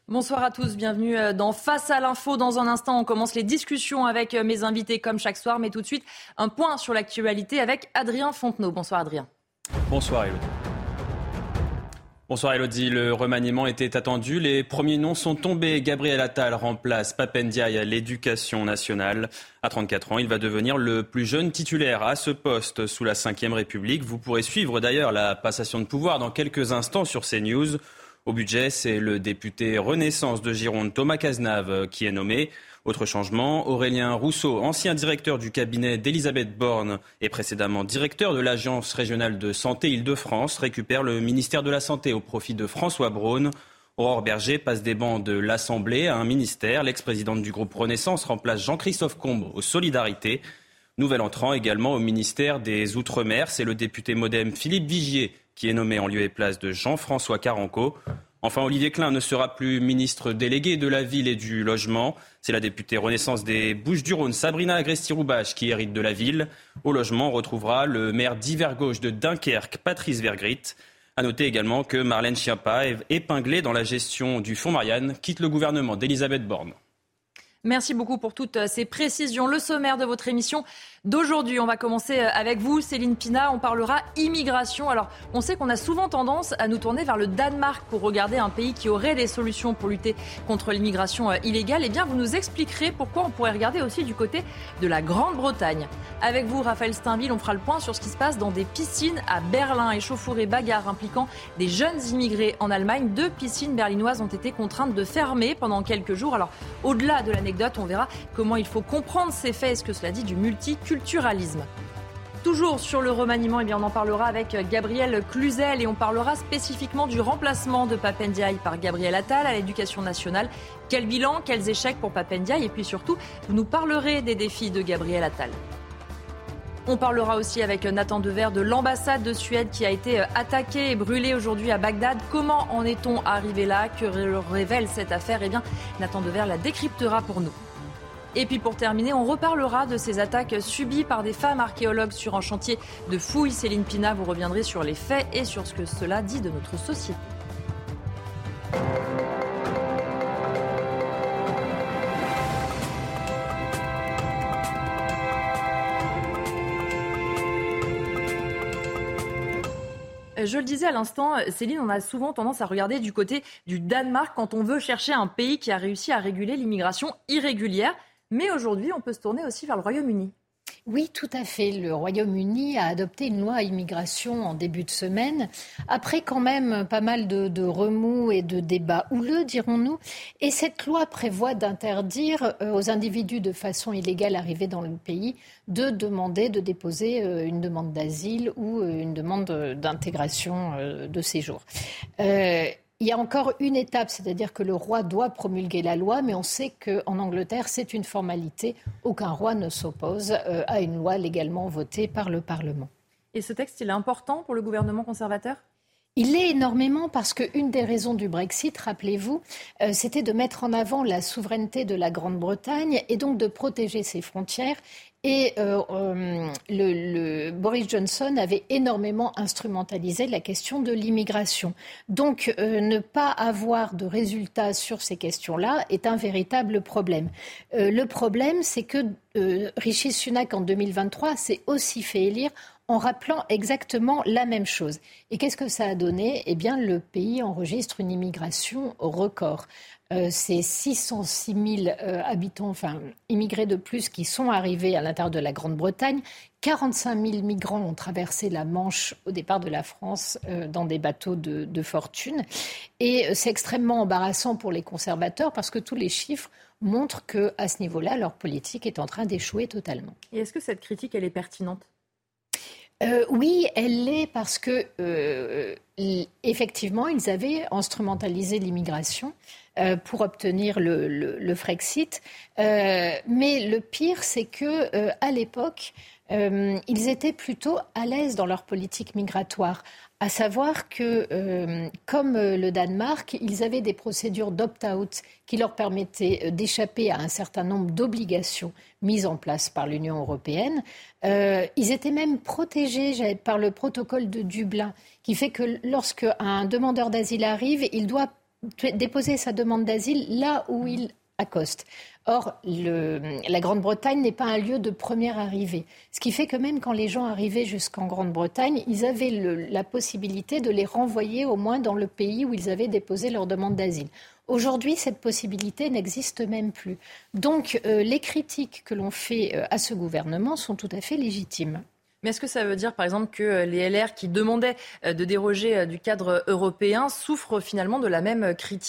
Bonsoir à tous, bienvenue dans Face à l'info. Dans un instant, on commence les discussions avec mes invités comme chaque soir. Mais tout de suite, un point sur l'actualité avec Adrien Fontenot. Bonsoir Adrien. Bonsoir Elodie. Bonsoir Elodie, le remaniement était attendu. Les premiers noms sont tombés. Gabriel Attal remplace Pape Ndiaye à l'Éducation nationale. À 34 ans, il va devenir le plus jeune titulaire à ce poste sous la Ve République. Vous pourrez suivre d'ailleurs la passation de pouvoir dans quelques instants sur CNews. Au budget, c'est le député Renaissance de Gironde, Thomas Cazenave, qui est nommé. Autre changement, Aurélien Rousseau, ancien directeur du cabinet d'Elisabeth Borne et précédemment directeur de l'Agence régionale de santé Île-de-France, récupère le ministère de la Santé au profit de François Braun. Aurore Berger passe des bancs de l'Assemblée à un ministère. L'ex-présidente du groupe Renaissance remplace Jean-Christophe Combe aux Solidarités. Nouvel entrant également au ministère des Outre-mer, c'est le député MoDem Philippe Vigier qui est nommé en lieu et place de Jean-François Carenco. Enfin, Olivier Klein ne sera plus ministre délégué de la ville et du logement. C'est la députée Renaissance des Bouches-du-Rhône, Sabrina Agresti-Roubache, qui hérite de la ville. Au logement, on retrouvera le maire d'hiver gauche de Dunkerque, Patrice Vergrit. A noter également que Marlène Schiappa, épinglée dans la gestion du fonds Marianne, quitte le gouvernement d'Elisabeth Borne. Merci beaucoup pour toutes ces précisions. Le sommaire de votre émission d'aujourd'hui, on va commencer avec vous, Céline Pina. On parlera immigration. Alors, on sait qu'on a souvent tendance à nous tourner vers le Danemark pour regarder un pays qui aurait des solutions pour lutter contre l'immigration illégale. Eh bien, vous nous expliquerez pourquoi on pourrait regarder aussi du côté de la Grande-Bretagne. Avec vous, Raphaël Steinville, on fera le point sur ce qui se passe dans des piscines à Berlin. Échauffourée, bagarre impliquant des jeunes immigrés en Allemagne. 2 piscines berlinoises ont été contraintes de fermer pendant quelques jours. Alors, au-delà de l'anecdote, on verra comment il faut comprendre ces faits et ce que cela dit du multiculturalisme. Toujours sur le remaniement, eh bien on en parlera avec Gabriel Cluzel et on parlera spécifiquement du remplacement de Pape Ndiaye par Gabriel Attal à l'Éducation nationale. Quel bilan, quels échecs pour Pape Ndiaye et puis surtout, vous nous parlerez des défis de Gabriel Attal. On parlera aussi avec Nathan Dever de l'ambassade de Suède qui a été attaquée et brûlée aujourd'hui à Bagdad. Comment en est-on arrivé là? Que révèle cette affaire? Eh bien, Nathan Dever la décryptera pour nous. Et puis pour terminer, on reparlera de ces attaques subies par des femmes archéologues sur un chantier de fouilles. Céline Pina, vous reviendrez sur les faits et sur ce que cela dit de notre société. Je le disais à l'instant, Céline, on a souvent tendance à regarder du côté du Danemark quand on veut chercher un pays qui a réussi à réguler l'immigration irrégulière. Mais aujourd'hui, on peut se tourner aussi vers le Royaume-Uni. Oui, tout à fait. Le Royaume-Uni a adopté une loi immigration en début de semaine, après quand même pas mal de remous et de débats houleux, dirons-nous. Et cette loi prévoit d'interdire aux individus de façon illégale arrivés dans le pays de déposer une demande d'asile ou une demande d'intégration de séjour. Il y a encore une étape, c'est-à-dire que le roi doit promulguer la loi, mais on sait qu'en Angleterre, c'est une formalité. Aucun roi ne s'oppose à une loi légalement votée par le Parlement. Et ce texte, il est important pour le gouvernement conservateur ? Il l'est énormément parce qu'une des raisons du Brexit, rappelez-vous, c'était de mettre en avant la souveraineté de la Grande-Bretagne et donc de protéger ses frontières. Et Boris Johnson avait énormément instrumentalisé la question de l'immigration. Donc, ne pas avoir de résultats sur ces questions-là est un véritable problème. Le problème, c'est que Rishi Sunak, en 2023, s'est aussi fait élire en rappelant exactement la même chose. Et qu'est-ce que ça a donné ? Eh bien, le pays enregistre une immigration record. C'est 606 000 habitants, enfin immigrés de plus qui sont arrivés à l'intérieur de la Grande-Bretagne. 45 000 migrants ont traversé la Manche au départ de la France dans des bateaux de fortune. Et c'est extrêmement embarrassant pour les conservateurs parce que tous les chiffres montrent qu'à ce niveau-là, leur politique est en train d'échouer totalement. Et est-ce que cette critique, elle est pertinente ? Oui, elle l'est parce que, effectivement, ils avaient instrumentalisé l'immigration pour obtenir le Frexit. Mais le pire, c'est que à l'époque, ils étaient plutôt à l'aise dans leur politique migratoire. À savoir que, comme le Danemark, ils avaient des procédures d'opt-out qui leur permettaient d'échapper à un certain nombre d'obligations mises en place par l'Union européenne. Ils étaient même protégés par le protocole de Dublin, qui fait que lorsqu'un demandeur d'asile arrive, il doit déposer sa demande d'asile là où il accoste. Or, la Grande-Bretagne n'est pas un lieu de première arrivée. Ce qui fait que même quand les gens arrivaient jusqu'en Grande-Bretagne, ils avaient la possibilité de les renvoyer au moins dans le pays où ils avaient déposé leur demande d'asile. Aujourd'hui, cette possibilité n'existe même plus. Donc, les critiques que l'on fait à ce gouvernement sont tout à fait légitimes. Mais est-ce que ça veut dire, par exemple, que les LR qui demandaient de déroger du cadre européen souffrent finalement de la même critique ?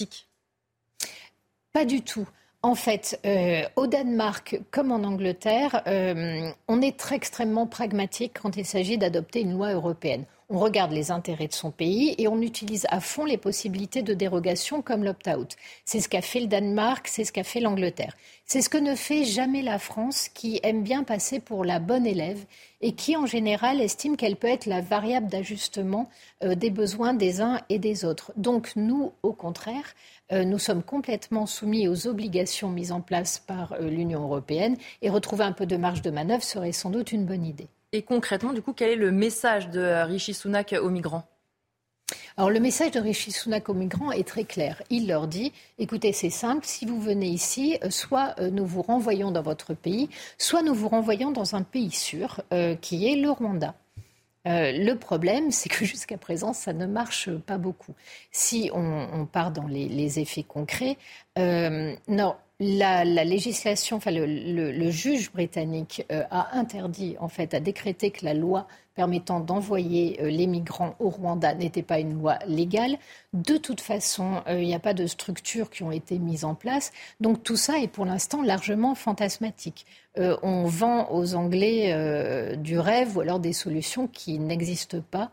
Pas du tout. En fait, au Danemark comme en Angleterre, on est extrêmement pragmatique quand il s'agit d'adopter une loi européenne. On regarde les intérêts de son pays et on utilise à fond les possibilités de dérogation comme l'opt-out. C'est ce qu'a fait le Danemark, c'est ce qu'a fait l'Angleterre. C'est ce que ne fait jamais la France, qui aime bien passer pour la bonne élève et qui, en général, estime qu'elle peut être la variable d'ajustement des besoins des uns et des autres. Donc, nous, au contraire, nous sommes complètement soumis aux obligations mises en place par l'Union européenne et retrouver un peu de marge de manœuvre serait sans doute une bonne idée. Et concrètement, du coup, quel est le message de Rishi Sunak aux migrants ? Alors, le message de Rishi Sunak aux migrants est très clair. Il leur dit, écoutez, c'est simple, si vous venez ici, soit nous vous renvoyons dans votre pays, soit nous vous renvoyons dans un pays sûr, qui est le Rwanda. Le problème, c'est que jusqu'à présent, ça ne marche pas beaucoup. Si on part dans les effets concrets, non. La législation, enfin le juge britannique a interdit, en fait, a décrété que la loi permettant d'envoyer les migrants au Rwanda n'était pas une loi légale. De toute façon, il n'y a pas de structures qui ont été mises en place. Donc tout ça est pour l'instant largement fantasmatique. On vend aux Anglais du rêve ou alors des solutions qui n'existent pas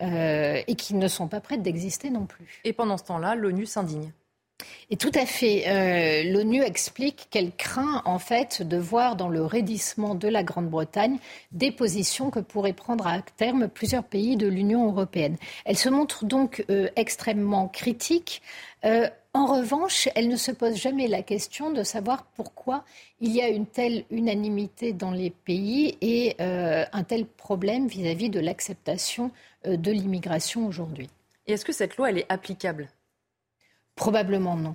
et qui ne sont pas prêtes d'exister non plus. Et pendant ce temps-là, l'ONU s'indigne. Et tout à fait. L'ONU explique qu'elle craint en fait de voir dans le raidissement de la Grande-Bretagne des positions que pourraient prendre à terme plusieurs pays de l'Union européenne. Elle se montre donc extrêmement critique. En revanche, elle ne se pose jamais la question de savoir pourquoi il y a une telle unanimité dans les pays et un tel problème vis-à-vis de l'acceptation de l'immigration aujourd'hui. Et est-ce que cette loi, elle est applicable ? Probablement non.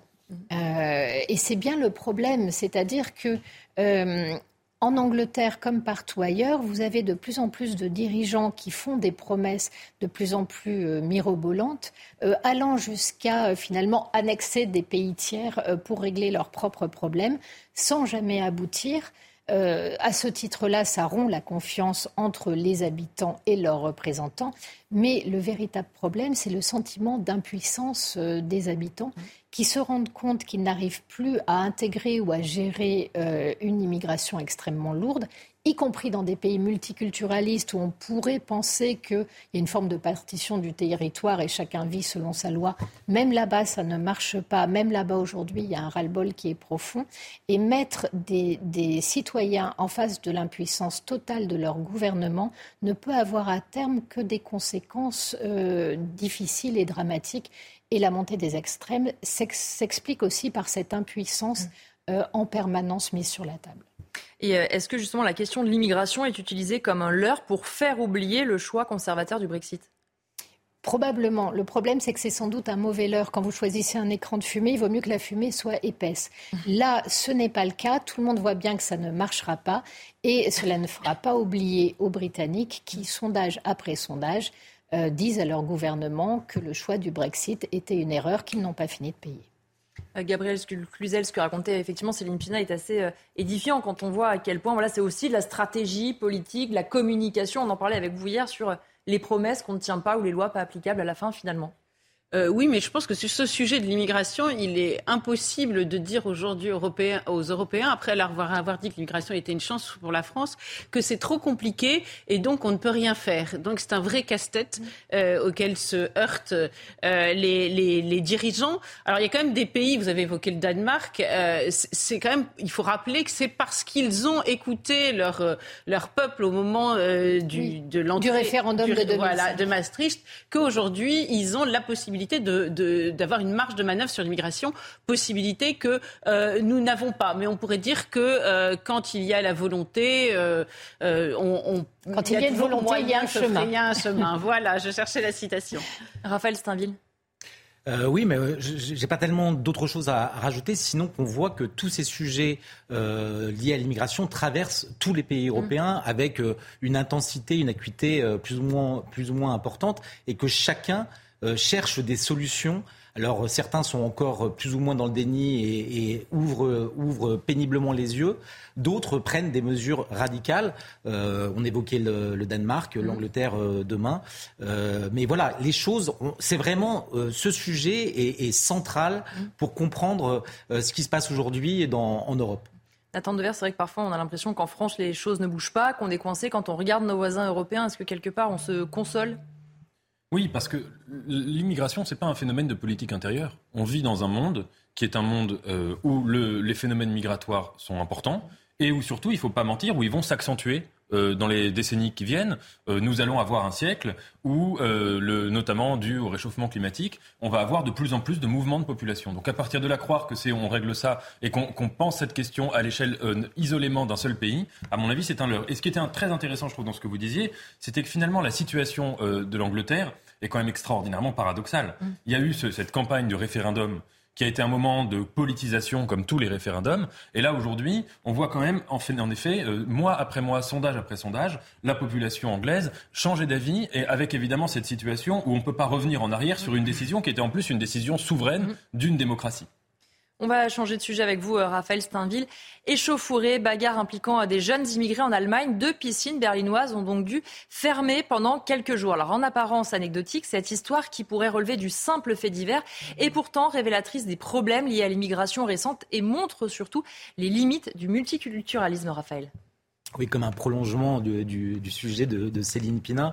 Et c'est bien le problème, c'est-à-dire que en Angleterre, comme partout ailleurs, vous avez de plus en plus de dirigeants qui font des promesses de plus en plus mirobolantes, allant jusqu'à finalement annexer des pays tiers pour régler leurs propres problèmes, sans jamais aboutir. À ce titre-là, ça rompt la confiance entre les habitants et leurs représentants. Mais le véritable problème, c'est le sentiment d'impuissance des habitants qui se rendent compte qu'ils n'arrivent plus à intégrer ou à gérer une immigration extrêmement lourde, y compris dans des pays multiculturalistes où on pourrait penser qu'il y a une forme de partition du territoire et chacun vit selon sa loi. Même là-bas, ça ne marche pas. Même là-bas, aujourd'hui, il y a un ras-le-bol qui est profond. Et mettre des citoyens en face de l'impuissance totale de leur gouvernement ne peut avoir à terme que des conséquences difficiles et dramatiques. Et la montée des extrêmes s'explique aussi par cette impuissance en permanence mise sur la table. Et est-ce que justement la question de l'immigration est utilisée comme un leurre pour faire oublier le choix conservateur du Brexit ? Probablement. Le problème, c'est que c'est sans doute un mauvais leurre. Quand vous choisissez un écran de fumée, il vaut mieux que la fumée soit épaisse. Là, ce n'est pas le cas. Tout le monde voit bien que ça ne marchera pas. Et cela ne fera pas oublier aux Britanniques qui, sondage après sondage, disent à leur gouvernement que le choix du Brexit était une erreur qu'ils n'ont pas fini de payer. Gabriel Cluzel, ce que racontait effectivement Céline Pina est assez édifiant quand on voit à quel point c'est aussi de la stratégie politique, de la communication. On en parlait avec vous hier sur les promesses qu'on ne tient pas ou les lois pas applicables à la fin finalement. Oui, mais je pense que sur ce sujet de l'immigration, il est impossible de dire aujourd'hui aux Européens, après avoir dit que l'immigration était une chance pour la France, que c'est trop compliqué et donc on ne peut rien faire. Donc c'est un vrai casse-tête auquel se heurtent les dirigeants. Alors il y a quand même des pays, vous avez évoqué le Danemark, c'est quand même, il faut rappeler que c'est parce qu'ils ont écouté leur peuple au moment de l'entrée du référendum de 2005. De Maastricht, qu'aujourd'hui ils ont la possibilité d'avoir une marge de manœuvre sur l'immigration, possibilité que nous n'avons pas. Mais on pourrait dire que quand il y a la volonté, quand il y a une volonté, il y a un chemin. Il y a un chemin. Voilà, je cherchais la citation. Raphaël Steinville. Oui, mais j'ai pas tellement d'autres choses à rajouter, sinon qu'on voit que tous ces sujets liés à l'immigration traversent tous les pays européens avec une intensité, une acuité plus ou moins importante, et que chacun cherche des solutions. Alors certains sont encore plus ou moins dans le déni et ouvrent péniblement les yeux. D'autres prennent des mesures radicales. On évoquait le Danemark, l'Angleterre demain. Mais voilà, les choses, c'est vraiment ce sujet est central pour comprendre ce qui se passe aujourd'hui en Europe. Nathan Devers, c'est vrai que parfois on a l'impression qu'en France les choses ne bougent pas, qu'on est coincé. Quand on regarde nos voisins européens, est-ce que quelque part on se console ? Oui, parce que l'immigration, c'est pas un phénomène de politique intérieure. On vit dans un monde qui est un monde où les phénomènes migratoires sont importants et où surtout, il ne faut pas mentir, où ils vont s'accentuer dans les décennies qui viennent. Nous allons avoir un siècle où, notamment dû au réchauffement climatique, on va avoir de plus en plus de mouvements de population. Donc à partir de là, croire que on règle ça et qu'on pense cette question à l'échelle isolément d'un seul pays, à mon avis, c'est un leurre. Et ce qui était très intéressant, je trouve, dans ce que vous disiez, c'était que finalement, la situation de l'Angleterre est quand même extraordinairement paradoxale. Il y a eu cette campagne de référendum qui a été un moment de politisation comme tous les référendums. Et là, aujourd'hui, on voit quand même, en effet, mois après mois, sondage après sondage, la population anglaise changer d'avis, et avec évidemment cette situation où on ne peut pas revenir en arrière sur une décision qui était en plus une décision souveraine d'une démocratie. On va changer de sujet avec vous, Raphaël Steinville. Échauffourée, bagarre impliquant des jeunes immigrés en Allemagne. 2 piscines berlinoises ont donc dû fermer pendant quelques jours. Alors en apparence anecdotique, cette histoire qui pourrait relever du simple fait divers est pourtant révélatrice des problèmes liés à l'immigration récente et montre surtout les limites du multiculturalisme, Raphaël. Oui, comme un prolongement du sujet de Céline Pina.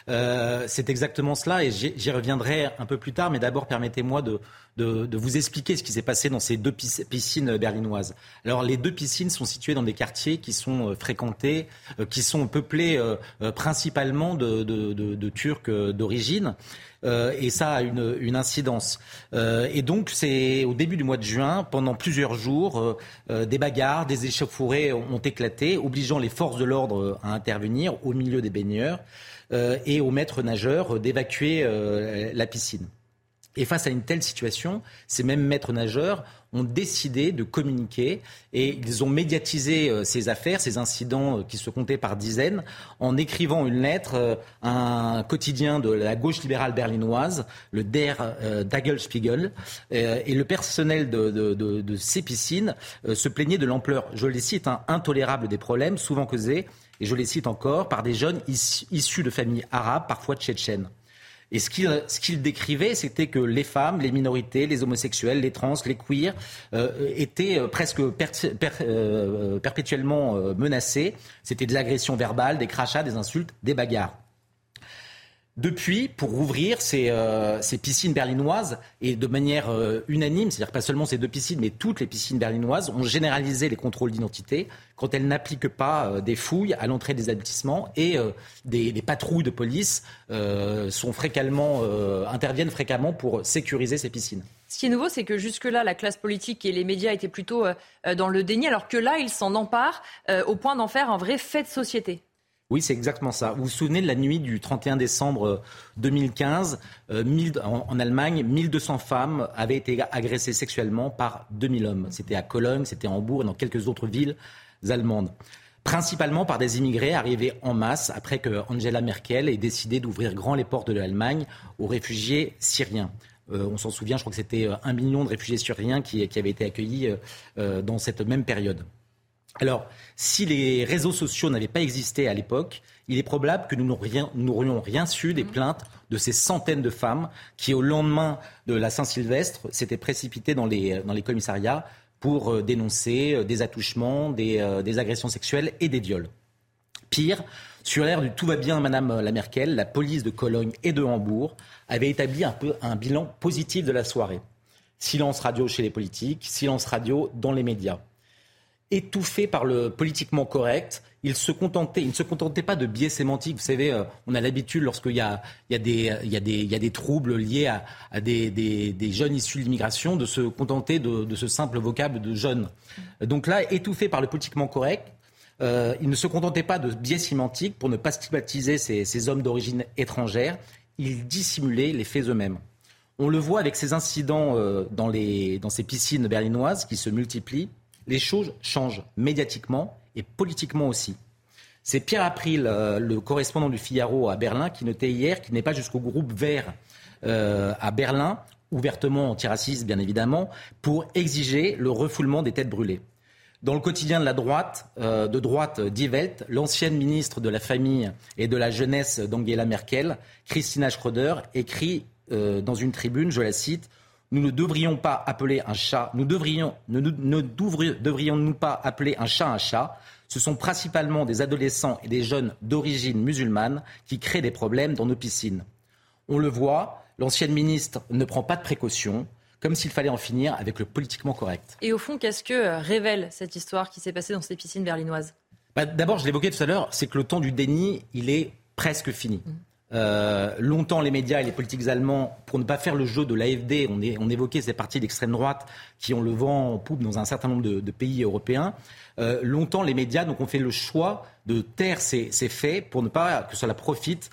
C'est exactement cela, et j'y reviendrai un peu plus tard, mais d'abord permettez-moi de vous expliquer ce qui s'est passé dans ces 2 piscines berlinoises. Alors les 2 piscines sont situées dans des quartiers qui sont fréquentés, qui sont peuplés principalement de Turcs d'origine. Et ça a une incidence. Et donc, c'est au début du mois de juin, pendant plusieurs jours, des bagarres, des échauffourées ont éclaté, obligeant les forces de l'ordre à intervenir au milieu des baigneurs et aux maîtres nageurs d'évacuer la piscine. Et face à une telle situation, ces mêmes maîtres nageurs ont décidé de communiquer et ils ont médiatisé ces affaires, ces incidents qui se comptaient par dizaines, en écrivant une lettre à un quotidien de la gauche libérale berlinoise, le Der Tagesspiegel, et le personnel de ces piscines se plaignait de l'ampleur, je les cite, intolérable des problèmes, souvent causés, et je les cite encore, par des jeunes issus de familles arabes, parfois tchétchènes. Et ce qu'il décrivait, c'était que les femmes, les minorités, les homosexuels, les trans, les queers étaient presque perpétuellement menacés. C'était des agressions verbales, des crachats, des insultes, des bagarres. Depuis, pour rouvrir ces piscines berlinoises, et de manière unanime, c'est-à-dire pas seulement ces 2 piscines, mais toutes les piscines berlinoises ont généralisé les contrôles d'identité quand elles n'appliquent pas des fouilles à l'entrée des établissements, et des patrouilles de police interviennent fréquemment pour sécuriser ces piscines. Ce qui est nouveau, c'est que jusque-là, la classe politique et les médias étaient plutôt dans le déni, alors que là, ils s'en emparent au point d'en faire un vrai fait de société. Oui, c'est exactement ça. Vous vous souvenez de la nuit du 31 décembre 2015, en Allemagne, 1200 femmes avaient été agressées sexuellement par 2000 hommes. C'était à Cologne, c'était à Hambourg et dans quelques autres villes allemandes. Principalement par des immigrés arrivés en masse après que Angela Merkel ait décidé d'ouvrir grand les portes de l'Allemagne aux réfugiés syriens. On s'en souvient, je crois que c'était 1 million de réfugiés syriens qui avaient été accueillis dans cette même période. Alors, si les réseaux sociaux n'avaient pas existé à l'époque, il est probable que nous n'aurions rien su des plaintes de ces centaines de femmes qui, au lendemain de la Saint-Sylvestre, s'étaient précipitées dans les commissariats pour dénoncer des attouchements, des agressions sexuelles et des viols. Pire, sur l'air du « tout va bien, Madame la Merkel », la police de Cologne et de Hambourg avait établi un bilan positif de la soirée. Silence radio chez les politiques, silence radio dans les médias. Étouffés par le politiquement correct, ils ne se contentaient pas de biais sémantiques. Vous savez, on a l'habitude, lorsqu'il y a des troubles liés à des jeunes issus de l'immigration, de se contenter de ce simple vocable de jeunes. Donc là, étouffés par le politiquement correct, ils ne se contentaient pas de biais sémantiques pour ne pas stigmatiser ces hommes d'origine étrangère. Ils dissimulaient les faits eux-mêmes. On le voit avec ces incidents dans ces piscines berlinoises qui se multiplient. Les choses changent médiatiquement et politiquement aussi. C'est Pierre April, le correspondant du Figaro à Berlin, qui notait hier qu'il n'est pas jusqu'au groupe Vert à Berlin, ouvertement antiraciste bien évidemment, pour exiger le refoulement des têtes brûlées. Dans le quotidien de la droite, Die Welt, l'ancienne ministre de la Famille et de la Jeunesse d'Angela Merkel, Christina Schröder, écrit dans une tribune, je la cite, « Nous ne devrions pas appeler un chat, devrions-nous pas appeler un chat ? Ce sont principalement des adolescents et des jeunes d'origine musulmane qui créent des problèmes dans nos piscines. » On le voit, l'ancienne ministre ne prend pas de précautions, comme s'il fallait en finir avec le politiquement correct. Et au fond, qu'est-ce que révèle cette histoire qui s'est passée dans ces piscines berlinoises ? D'abord, je l'évoquais tout à l'heure, c'est que le temps du déni, il est presque fini. Longtemps, les médias et les politiques allemands, pour ne pas faire le jeu de l'AfD, on évoquait ces partis d'extrême droite qui ont le vent en poupe dans un certain nombre de pays européens. Longtemps, les médias donc, ont fait le choix de taire ces faits pour ne pas que cela profite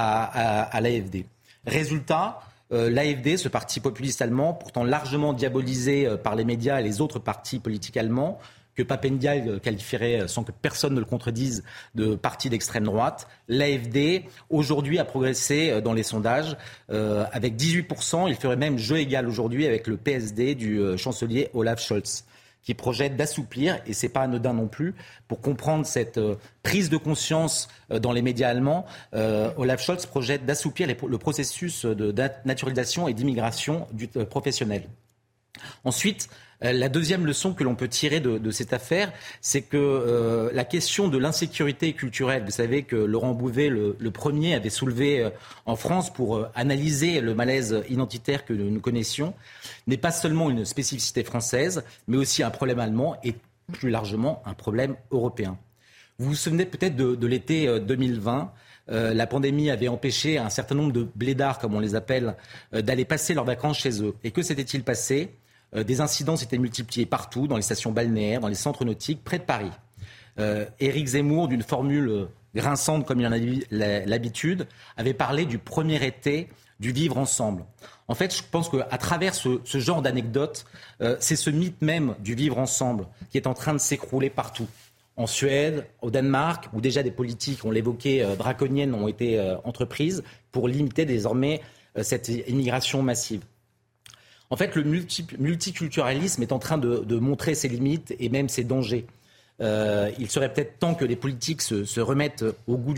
à l'AfD. Résultat, l'AfD, ce parti populiste allemand, pourtant largement diabolisé par les médias et les autres partis politiques allemands, que Papendiaï qualifierait, sans que personne ne le contredise, de parti d'extrême droite. L'AfD, aujourd'hui, a progressé dans les sondages avec 18%. Il ferait même jeu égal aujourd'hui avec le PSD du chancelier Olaf Scholz, qui projette d'assouplir, et c'est pas anodin non plus, pour comprendre cette prise de conscience dans les médias allemands, Olaf Scholz projette d'assouplir le processus de naturalisation et d'immigration professionnelle. Ensuite, la deuxième leçon que l'on peut tirer de cette affaire, c'est que la question de l'insécurité culturelle, vous savez que Laurent Bouvet, le premier, avait soulevé en France pour analyser le malaise identitaire que nous connaissions, n'est pas seulement une spécificité française, mais aussi un problème allemand et plus largement un problème européen. Vous vous souvenez peut-être de l'été 2020. La pandémie avait empêché un certain nombre de blédards, comme on les appelle, d'aller passer leurs vacances chez eux. Et que s'était-il passé ? Des incidents s'étaient multipliés partout, dans les stations balnéaires, dans les centres nautiques, près de Paris. Éric Zemmour, d'une formule grinçante comme il en a l'habitude, avait parlé du premier été du vivre ensemble. En fait, je pense qu'à travers ce genre d'anecdotes, c'est ce mythe même du vivre ensemble qui est en train de s'écrouler partout. En Suède, au Danemark, où déjà des politiques, on l'évoquait, draconiennes ont été entreprises pour limiter désormais cette immigration massive. En fait, le multiculturalisme est en train de montrer ses limites et même ses dangers. Il serait peut-être temps que les politiques se remettent au goût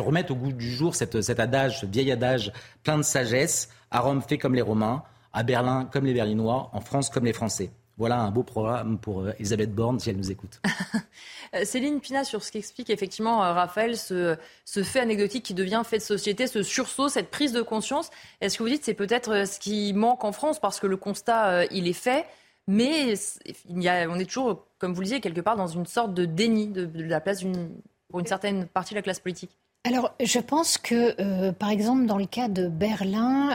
du jour cet adage, ce vieil adage plein de sagesse. À Rome, fait comme les Romains, à Berlin, comme les Berlinois, en France, comme les Français. Voilà un beau programme pour Elisabeth Borne, si elle nous écoute. Céline Pina, sur ce qu'explique effectivement Raphaël, ce fait anecdotique qui devient fait de société, ce sursaut, cette prise de conscience. Est-ce que vous dites que c'est peut-être ce qui manque en France, parce que le constat, il est fait, mais on est toujours, comme vous le disiez, quelque part dans une sorte de déni de la place pour une certaine partie de la classe politique? Alors, je pense que, par exemple, dans le cas de Berlin,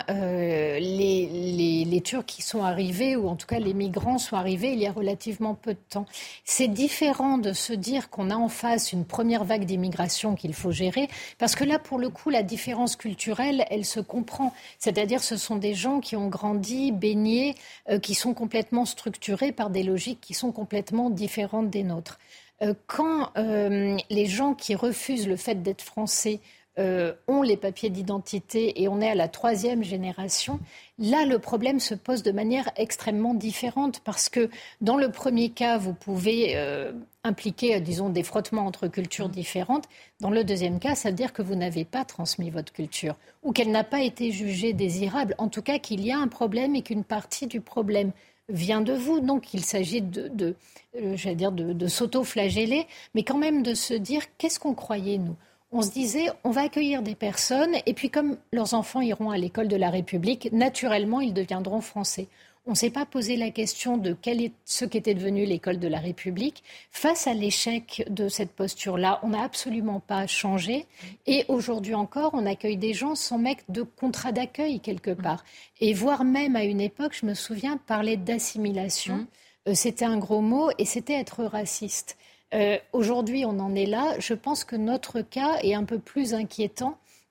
les Turcs qui sont arrivés, ou en tout cas les migrants sont arrivés il y a relativement peu de temps. C'est différent de se dire qu'on a en face une première vague d'immigration qu'il faut gérer, parce que là, pour le coup, la différence culturelle, elle se comprend. C'est-à-dire, ce sont des gens qui ont grandi, baignés, qui sont complètement structurés par des logiques qui sont complètement différentes des nôtres. Quand les gens qui refusent le fait d'être français ont les papiers d'identité et on est à la 3e génération, là, le problème se pose de manière extrêmement différente, parce que dans le premier cas, vous pouvez impliquer, disons, des frottements entre cultures différentes. Dans le deuxième cas, ça veut dire que vous n'avez pas transmis votre culture ou qu'elle n'a pas été jugée désirable. En tout cas, qu'il y a un problème et qu'une partie du problème vient de vous. Donc, il s'agit de s'auto-flageller, mais quand même de se dire, qu'est-ce qu'on croyait, nous ? On se disait, on va accueillir des personnes, et puis comme leurs enfants iront à l'école de la République, naturellement, ils deviendront français. On ne s'est pas posé la question de ce qu'était devenu l'école de la République. Face à l'échec de cette posture-là, on n'a absolument pas changé. Et aujourd'hui encore, on accueille des gens sans mettre de contrat d'accueil quelque part. Et voire même à une époque, je me souviens, parler d'assimilation, c'était un gros mot et c'était être raciste. Aujourd'hui, on en est là. Je pense que notre cas est un peu plus inquiétant.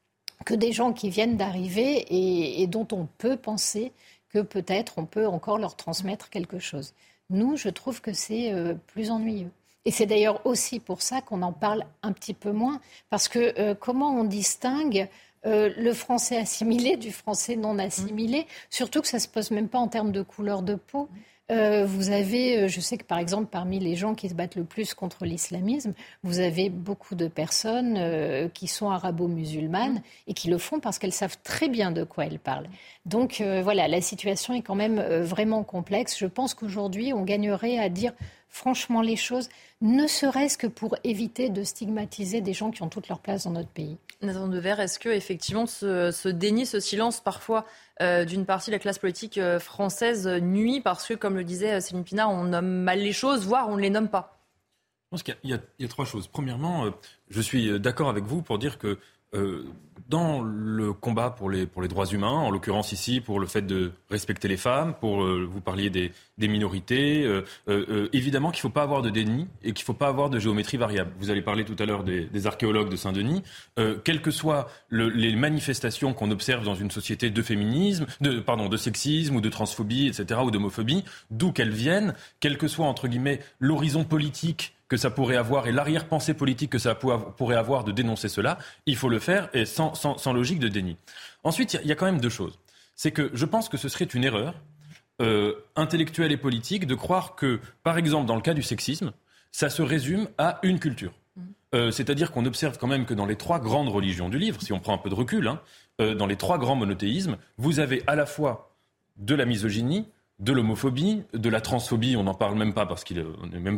que des gens qui viennent d'arriver et dont on peut penser que peut-être on peut encore leur transmettre quelque chose. Nous, je trouve que c'est plus ennuyeux. Et c'est d'ailleurs aussi pour ça qu'on en parle un petit peu moins, parce que comment on distingue le français assimilé du français non assimilé, surtout que ça ne se pose même pas en termes de couleur de peau. Vous avez, je sais que par exemple, parmi les gens qui se battent le plus contre l'islamisme, vous avez beaucoup de personnes qui sont arabo-musulmanes et qui le font parce qu'elles savent très bien de quoi elles parlent. Donc voilà, la situation est quand même vraiment complexe. Je pense qu'aujourd'hui, on gagnerait à dire franchement les choses, ne serait-ce que pour éviter de stigmatiser des gens qui ont toute leur place dans notre pays. Nathan Devers, est-ce que effectivement ce déni, ce silence parfois d'une partie de la classe politique française nuit parce que, comme le disait Céline Pina, on nomme mal les choses, voire on ne les nomme pas? Je pense qu'il y a trois choses. Premièrement, je suis d'accord avec vous pour dire que dans le combat pour les droits humains, en l'occurrence ici pour le fait de respecter les femmes, pour vous parliez des minorités, évidemment qu'il ne faut pas avoir de déni et qu'il ne faut pas avoir de géométrie variable. Vous allez parler tout à l'heure des archéologues de Saint-Denis. Quelles que soient les manifestations qu'on observe dans une société de féminisme, de sexisme ou de transphobie, etc., ou d'homophobie, d'où qu'elles viennent, quel que soit entre guillemets l'horizon politique que ça pourrait avoir et l'arrière-pensée politique que ça pourrait avoir de dénoncer cela, il faut le faire et sans logique de déni. Ensuite, il y a quand même deux choses. C'est que je pense que ce serait une erreur intellectuelle et politique de croire que, par exemple, dans le cas du sexisme, ça se résume à une culture. C'est-à-dire qu'on observe quand même que dans les trois grandes religions du livre, si on prend un peu de recul, dans les trois grands monothéismes, vous avez à la fois de la misogynie, de l'homophobie, de la transphobie, on n'en parle même pas parce qu'on n'est même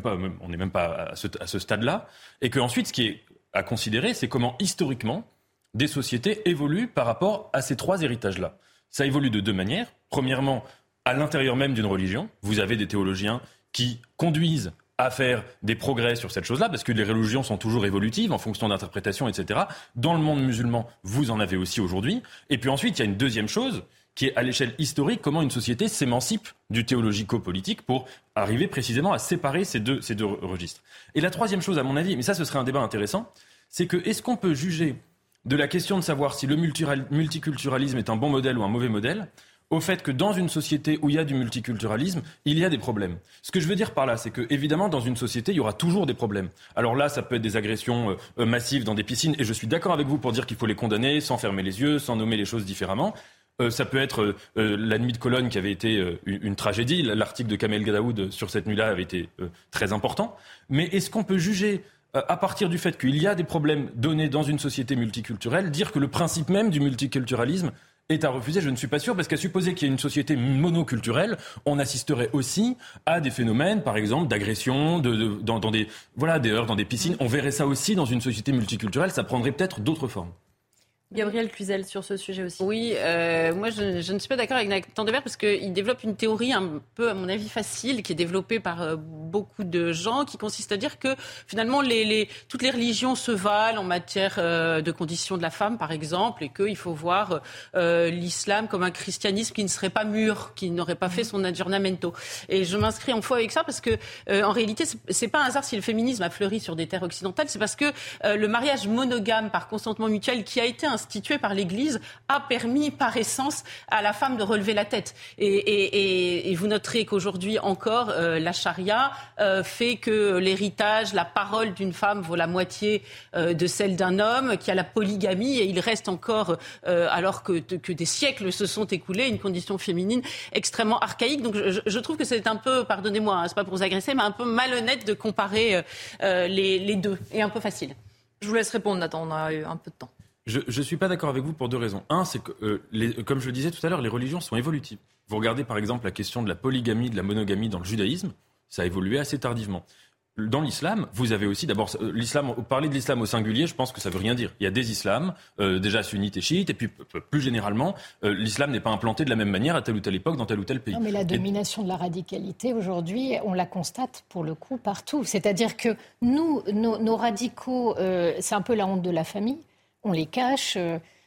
pas à ce stade-là, et qu'ensuite, ce qui est à considérer, c'est comment historiquement des sociétés évoluent par rapport à ces trois héritages-là. Ça évolue de deux manières. Premièrement, à l'intérieur même d'une religion, vous avez des théologiens qui conduisent à faire des progrès sur cette chose-là, parce que les religions sont toujours évolutives en fonction d'interprétations, etc. Dans le monde musulman, vous en avez aussi aujourd'hui. Et puis ensuite, il y a une deuxième chose qui est à l'échelle historique, comment une société s'émancipe du théologico-politique pour arriver précisément à séparer ces deux registres. Et la troisième chose, à mon avis, mais ça ce serait un débat intéressant, c'est que est-ce qu'on peut juger de la question de savoir si le multiculturalisme est un bon modèle ou un mauvais modèle au fait que dans une société où il y a du multiculturalisme, il y a des problèmes. Ce que je veux dire par là, c'est que évidemment dans une société, il y aura toujours des problèmes. Alors là, ça peut être des agressions massives dans des piscines, et je suis d'accord avec vous pour dire qu'il faut les condamner sans fermer les yeux, sans nommer les choses différemment. Ça peut être la nuit de Cologne qui avait été une tragédie. L'article de Kamel Gadaoud sur cette nuit-là avait été très important. Mais est-ce qu'on peut juger, à partir du fait qu'il y a des problèmes donnés dans une société multiculturelle, dire que le principe même du multiculturalisme est à refuser? Je ne suis pas sûr, parce qu'à supposer qu'il y ait une société monoculturelle, on assisterait aussi à des phénomènes, par exemple, d'agression, dans des heurts dans des piscines. On verrait ça aussi dans une société multiculturelle. Ça prendrait peut-être d'autres formes. Gabrielle Cluzel, sur ce sujet aussi. Oui, moi je ne suis pas d'accord avec Nathan Devers parce qu'il développe une théorie un peu, à mon avis, facile, qui est développée par beaucoup de gens, qui consiste à dire que finalement toutes les religions se valent en matière de conditions de la femme, par exemple, et qu'il faut voir l'islam comme un christianisme qui ne serait pas mûr, qui n'aurait pas fait son aggiornamento. Et je m'inscris en faux avec ça parce que en réalité, c'est pas un hasard si le féminisme a fleuri sur des terres occidentales, c'est parce que le mariage monogame par consentement mutuel qui a été institué par l'Église a permis par essence à la femme de relever la tête. Et vous noterez qu'aujourd'hui encore, la charia fait que l'héritage, la parole d'une femme vaut la moitié de celle d'un homme, qu'il y a la polygamie, et il reste encore, alors que des siècles se sont écoulés, une condition féminine extrêmement archaïque. Donc je trouve que c'est un peu, pardonnez-moi, c'est pas pour vous agresser, mais un peu malhonnête de comparer les deux, et un peu facile. Je vous laisse répondre, Nathan, on a eu un peu de temps. Je ne suis pas d'accord avec vous pour deux raisons. Un, c'est que, comme je le disais tout à l'heure, les religions sont évolutives. Vous regardez par exemple la question de la polygamie, de la monogamie dans le judaïsme, ça a évolué assez tardivement. Dans l'islam, vous avez aussi, d'abord, parler de l'islam au singulier, je pense que ça veut rien dire. Il y a des islams, déjà sunnites et chiites, et puis plus généralement, l'islam n'est pas implanté de la même manière à telle ou telle époque, dans tel ou tel pays. Non, mais la domination de la radicalité, aujourd'hui, on la constate pour le coup partout. C'est-à-dire que nous, nos radicaux, c'est un peu la honte de la famille. On les cache.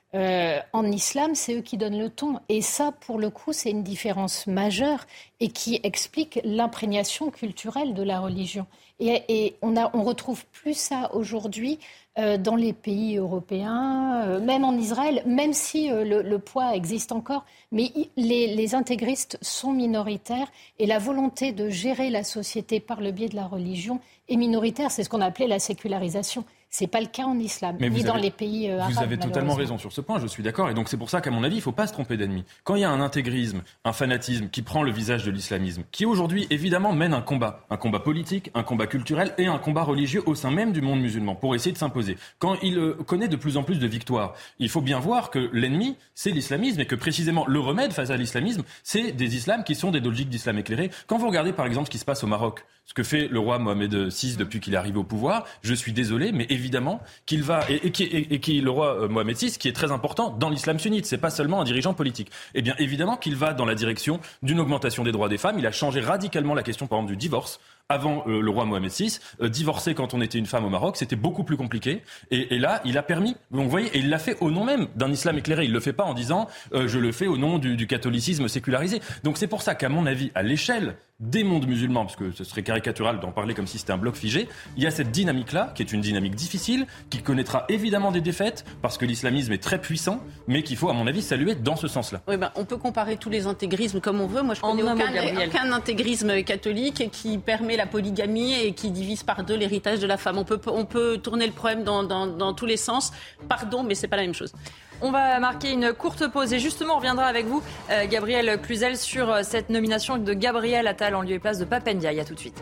En islam, c'est eux qui donnent le ton. Et ça, pour le coup, c'est une différence majeure et qui explique l'imprégnation culturelle de la religion. Et on retrouve plus ça aujourd'hui dans les pays européens, même en Israël, même si le poids existe encore. Mais les intégristes sont minoritaires et la volonté de gérer la société par le biais de la religion est minoritaire. C'est ce qu'on appelait la sécularisation. Ce n'est pas le cas en islam, ni dans les pays arabes. Vous avez totalement raison sur ce point, je suis d'accord. Et donc c'est pour ça qu'à mon avis, il ne faut pas se tromper d'ennemi. Quand il y a un intégrisme, un fanatisme qui prend le visage de l'islamisme, qui aujourd'hui évidemment mène un combat politique, un combat culturel et un combat religieux au sein même du monde musulman pour essayer de s'imposer. Quand il connaît de plus en plus de victoires, il faut bien voir que l'ennemi, c'est l'islamisme et que précisément le remède face à l'islamisme, c'est des islams qui sont des logiques d'islam éclairé. Quand vous regardez par exemple ce qui se passe au Maroc, ce que fait le roi Mohamed VI depuis qu'il est arrivé au pouvoir, je suis désolé, mais évidemment qu'il va le roi Mohamed VI, qui est très important dans l'islam sunnite, c'est pas seulement un dirigeant politique. Eh bien évidemment qu'il va dans la direction d'une augmentation des droits des femmes. Il a changé radicalement la question par exemple du divorce. Avant le roi Mohamed VI, divorcer quand on était une femme au Maroc, c'était beaucoup plus compliqué. Et là, il a permis. Donc vous voyez, et il l'a fait au nom même d'un islam éclairé. Il le fait pas en disant je le fais au nom du catholicisme sécularisé. Donc c'est pour ça qu'à mon avis, à l'échelle des mondes musulmans, parce que ce serait caricatural d'en parler comme si c'était un bloc figé, il y a cette dynamique-là, qui est une dynamique difficile, qui connaîtra évidemment des défaites, parce que l'islamisme est très puissant, mais qu'il faut, à mon avis, saluer dans ce sens-là. Oui, on peut comparer tous les intégrismes comme on veut. Moi, je connais aucun intégrisme catholique qui permet la polygamie et qui divise par deux l'héritage de la femme. On peut tourner le problème dans tous les sens. Pardon, mais c'est pas la même chose. On va marquer une courte pause et justement on reviendra avec vous, Gabriel Cluzel, sur cette nomination de Gabriel Attal en lieu et place de Pape Ndiaye. À tout de suite.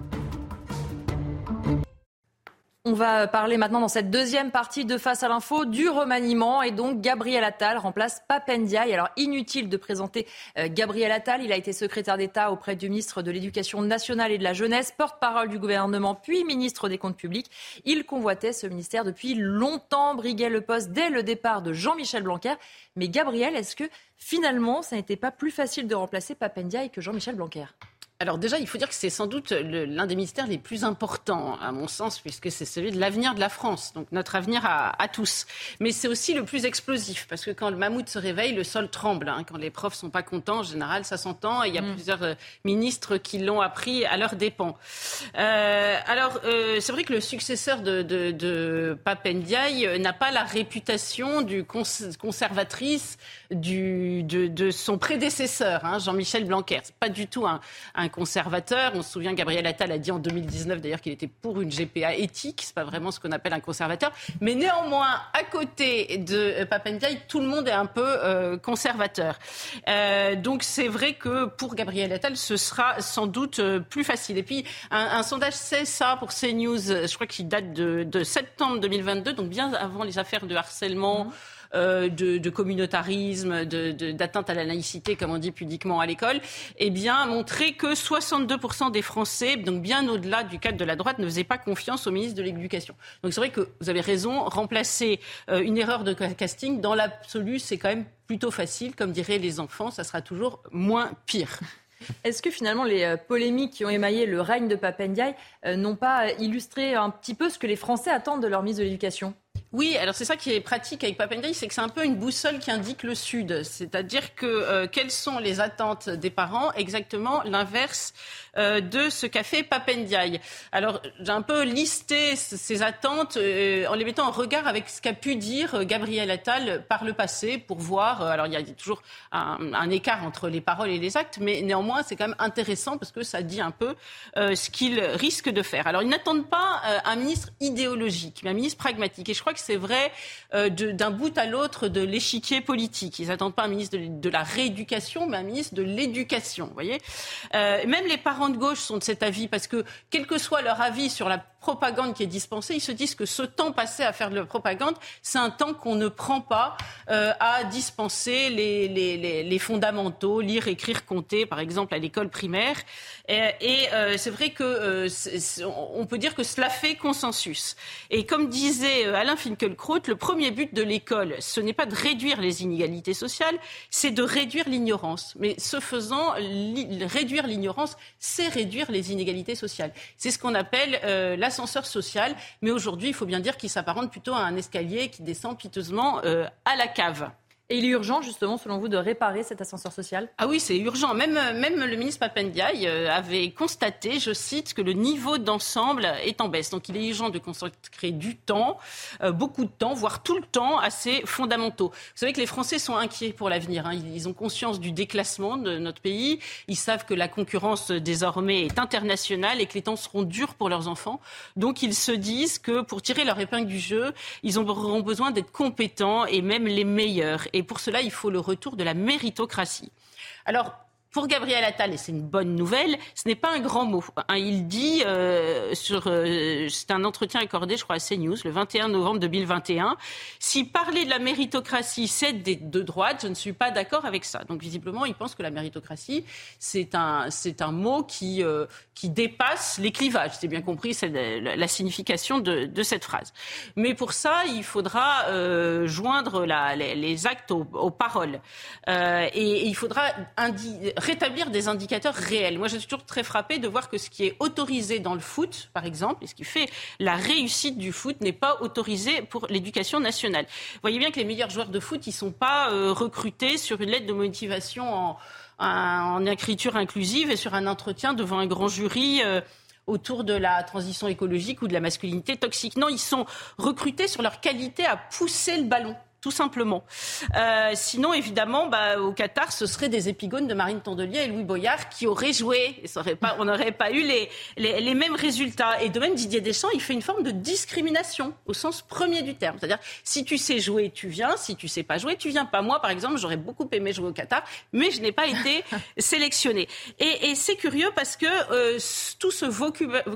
On va parler maintenant dans cette deuxième partie de Face à l'info du remaniement et donc Gabriel Attal remplace Pape Ndiaye. Alors inutile de présenter Gabriel Attal, il a été secrétaire d'État auprès du ministre de l'Éducation nationale et de la jeunesse, porte-parole du gouvernement puis ministre des Comptes publics. Il convoitait ce ministère depuis longtemps, briguait le poste dès le départ de Jean-Michel Blanquer. Mais Gabriel, est-ce que finalement ça n'était pas plus facile de remplacer Pape Ndiaye que Jean-Michel Blanquer ? Alors déjà, il faut dire que c'est sans doute l'un des ministères les plus importants, à mon sens, puisque c'est celui de l'avenir de la France, donc notre avenir à tous. Mais c'est aussi le plus explosif, parce que quand le mammouth se réveille, le sol tremble. Quand les profs sont pas contents, en général, ça s'entend. Et il y a plusieurs ministres qui l'ont appris à leurs dépens. C'est vrai que le successeur de Pape Ndiaye n'a pas la réputation du conservatrice de son prédécesseur, Jean-Michel Blanquer. C'est pas du tout un conservateur. On se souvient, Gabriel Attal a dit en 2019 d'ailleurs qu'il était pour une GPA éthique. C'est pas vraiment ce qu'on appelle un conservateur. Mais néanmoins, à côté de Pape Ndiaye, tout le monde est un peu conservateur. Donc c'est vrai que pour Gabriel Attal, ce sera sans doute plus facile. Et puis un sondage CSA pour CNews, je crois qu'il date de septembre 2022, donc bien avant les affaires de harcèlement. De communautarisme, d'atteinte à la laïcité, comme on dit pudiquement à l'école, montrer que 62% des Français, donc bien au-delà du cadre de la droite, ne faisaient pas confiance au ministre de l'Éducation. Donc c'est vrai que vous avez raison, remplacer une erreur de casting, dans l'absolu, c'est quand même plutôt facile. Comme diraient les enfants, ça sera toujours moins pire. Est-ce que finalement les polémiques qui ont émaillé le règne de Pape Ndiaye n'ont pas illustré un petit peu ce que les Français attendent de leur ministre de l'Éducation ? Oui, alors c'est ça qui est pratique avec Pape Ndiaye, c'est que c'est un peu une boussole qui indique le Sud. C'est-à-dire que quelles sont les attentes des parents ? Exactement l'inverse de ce qu'a fait Pape Ndiaye. Alors j'ai un peu listé ces attentes en les mettant en regard avec ce qu'a pu dire Gabriel Attal par le passé pour voir. Alors il y a toujours un écart entre les paroles et les actes, mais néanmoins c'est quand même intéressant parce que ça dit un peu ce qu'il risque de faire. Alors ils n'attendent pas un ministre idéologique, mais un ministre pragmatique. Et je crois que c'est vrai d'un bout à l'autre de l'échiquier politique. Ils n'attendent pas un ministre de la rééducation, mais un ministre de l'éducation. Vous voyez, même les parents de gauche sont de cet avis parce que, quel que soit leur avis sur la propagande qui est dispensée, ils se disent que ce temps passé à faire de la propagande, c'est un temps qu'on ne prend pas à dispenser les fondamentaux, lire, écrire, compter, par exemple, à l'école primaire. Et c'est vrai que on peut dire que cela fait consensus. Et comme disait Alain Finkielkraut, le premier but de l'école, ce n'est pas de réduire les inégalités sociales, c'est de réduire l'ignorance. Mais ce faisant, réduire l'ignorance, c'est réduire les inégalités sociales. C'est ce qu'on appelle la l'ascenseur social, mais aujourd'hui, il faut bien dire qu'il s'apparente plutôt à un escalier qui descend piteusement à la cave. Et il est urgent, justement, selon vous, de réparer cet ascenseur social ? Ah oui, c'est urgent. Même le ministre Pap Ndiaye avait constaté, je cite, que le niveau d'ensemble est en baisse. Donc il est urgent de consacrer du temps, beaucoup de temps, voire tout le temps, à ces fondamentaux. Vous savez que les Français sont inquiets pour l'avenir. Ils ont conscience du déclassement de notre pays. Ils savent que la concurrence, désormais, est internationale et que les temps seront durs pour leurs enfants. Donc ils se disent que pour tirer leur épingle du jeu, ils auront besoin d'être compétents et même les meilleurs. Et pour cela, il faut le retour de la méritocratie. Alors, pour Gabriel Attal, et c'est une bonne nouvelle, ce n'est pas un grand mot. Il dit, c'est un entretien accordé, je crois, à CNews, le 21 novembre 2021, si parler de la méritocratie, c'est de droite, je ne suis pas d'accord avec ça. Donc, visiblement, il pense que la méritocratie, c'est un mot qui dépasse les clivages. C'est bien compris, c'est la signification de cette phrase. Mais pour ça, il faudra joindre les actes aux paroles. Et il faudra rétablir des indicateurs réels. Moi, je suis toujours très frappée de voir que ce qui est autorisé dans le foot, par exemple, et ce qui fait la réussite du foot n'est pas autorisé pour l'éducation nationale. Vous voyez bien que les meilleurs joueurs de foot, ils ne sont pas recrutés sur une lettre de motivation en écriture inclusive et sur un entretien devant un grand jury autour de la transition écologique ou de la masculinité toxique. Non, ils sont recrutés sur leur qualité à pousser le ballon. Tout simplement. Sinon, évidemment, au Qatar, ce seraient des épigones de Marine Tondelier et Louis Boyard qui auraient joué. Et on n'aurait pas eu les mêmes résultats. Et de même, Didier Deschamps, il fait une forme de discrimination au sens premier du terme. C'est-à-dire, si tu sais jouer, tu viens. Si tu sais pas jouer, tu viens pas. Moi, par exemple, j'aurais beaucoup aimé jouer au Qatar, mais je n'ai pas été sélectionnée. Et c'est curieux parce que tout ce vocabulaire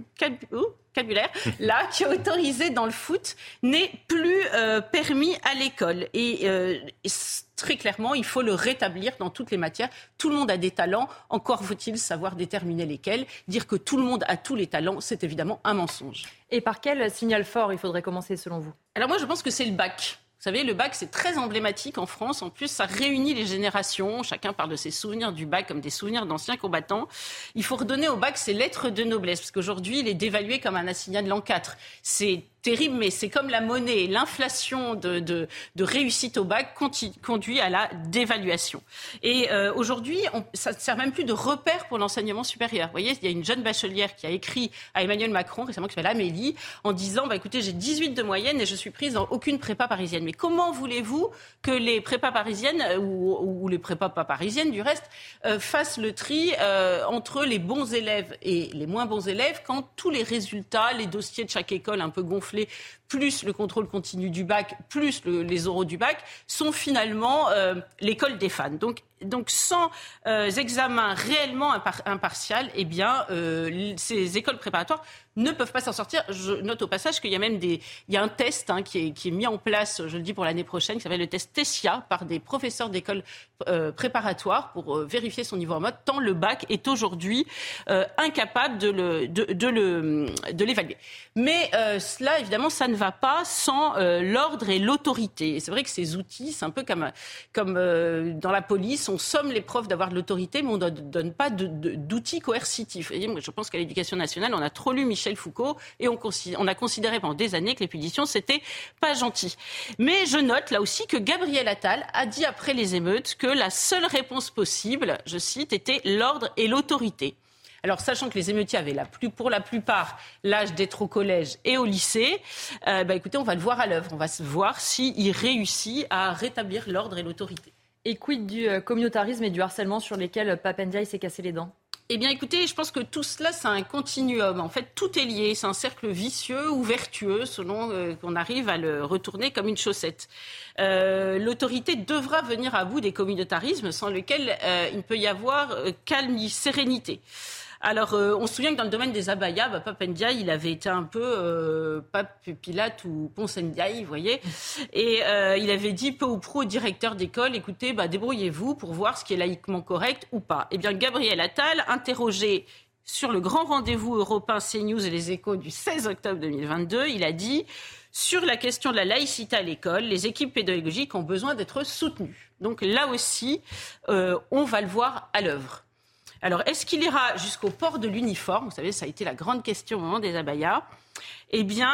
là qui est autorisé dans le foot n'est plus permis à l'école et très clairement il faut le rétablir dans toutes les matières. Tout le monde a des talents, encore faut-il savoir déterminer lesquels. Dire que tout le monde a tous les talents, c'est évidemment un mensonge. Et par quel signal fort il faudrait commencer selon vous ? Alors moi je pense que c'est le bac. Vous savez, le bac, c'est très emblématique en France. En plus, ça réunit les générations. Chacun parle de ses souvenirs du bac comme des souvenirs d'anciens combattants. Il faut redonner au bac ses lettres de noblesse, parce qu'aujourd'hui, il est dévalué comme un assignat de l'an 4. C'est terrible, mais c'est comme la monnaie. L'inflation de réussite au bac conduit à la dévaluation. Et aujourd'hui, ça ne sert même plus de repère pour l'enseignement supérieur. Vous voyez, il y a une jeune bachelière qui a écrit à Emmanuel Macron, récemment, qui s'appelle Amélie, en disant, écoutez, j'ai 18 de moyenne et je suis prise dans aucune prépa parisienne. Mais comment voulez-vous que les prépas parisiennes, ou les prépas pas parisiennes du reste, fassent le tri entre les bons élèves et les moins bons élèves quand tous les résultats, les dossiers de chaque école un peu gonflés, plus le contrôle continu du bac, plus les oraux du bac, sont finalement l'école des fans. Donc sans examen réellement impartial, eh bien, ces écoles préparatoires ne peuvent pas s'en sortir. Je note au passage qu'il y a même il y a un test qui est mis en place, je le dis pour l'année prochaine, qui s'appelle le test Tessia par des professeurs d'écoles préparatoires pour vérifier son niveau en maths, tant le bac est aujourd'hui incapable de l'évaluer. Mais cela, évidemment, ça ne va pas sans l'ordre et l'autorité. Et c'est vrai que ces outils, c'est un peu comme dans la police, on somme les profs d'avoir de l'autorité, mais on ne donne pas d'outils coercitifs. Et moi, je pense qu'à l'Éducation nationale, on a trop lu Michel Foucault et on a considéré pendant des années que les punitions, c'était pas gentil. Mais je note là aussi que Gabriel Attal a dit après les émeutes que la seule réponse possible, je cite, était l'ordre et l'autorité. Alors, sachant que les émeutiers avaient pour la plupart l'âge d'être au collège et au lycée, écoutez, on va le voir à l'œuvre. On va voir s'il réussit à rétablir l'ordre et l'autorité. Et quid du communautarisme et du harcèlement sur lesquels Pap Ndiaye s'est cassé les dents ? Eh bien, écoutez, je pense que tout cela, c'est un continuum. En fait, tout est lié. C'est un cercle vicieux ou vertueux, selon qu'on arrive à le retourner comme une chaussette. L'autorité devra venir à bout des communautarismes, sans lesquels il ne peut y avoir calme ni sérénité. Alors, on se souvient que dans le domaine des abayas, Pap Ndiaye, il avait été un peu Pape Pilate ou Ponce Ndiaye, vous voyez. Et il avait dit peu ou prou au directeur d'école, écoutez, débrouillez-vous pour voir ce qui est laïquement correct ou pas. Eh bien, Gabriel Attal, interrogé sur le grand rendez-vous européen CNews et les Échos du 16 octobre 2022, il a dit « Sur la question de la laïcité à l'école, les équipes pédagogiques ont besoin d'être soutenues. » Donc là aussi, on va le voir à l'œuvre. Alors, est-ce qu'il ira jusqu'au port de l'uniforme ? Vous savez, ça a été la grande question au moment des abayas. Eh bien,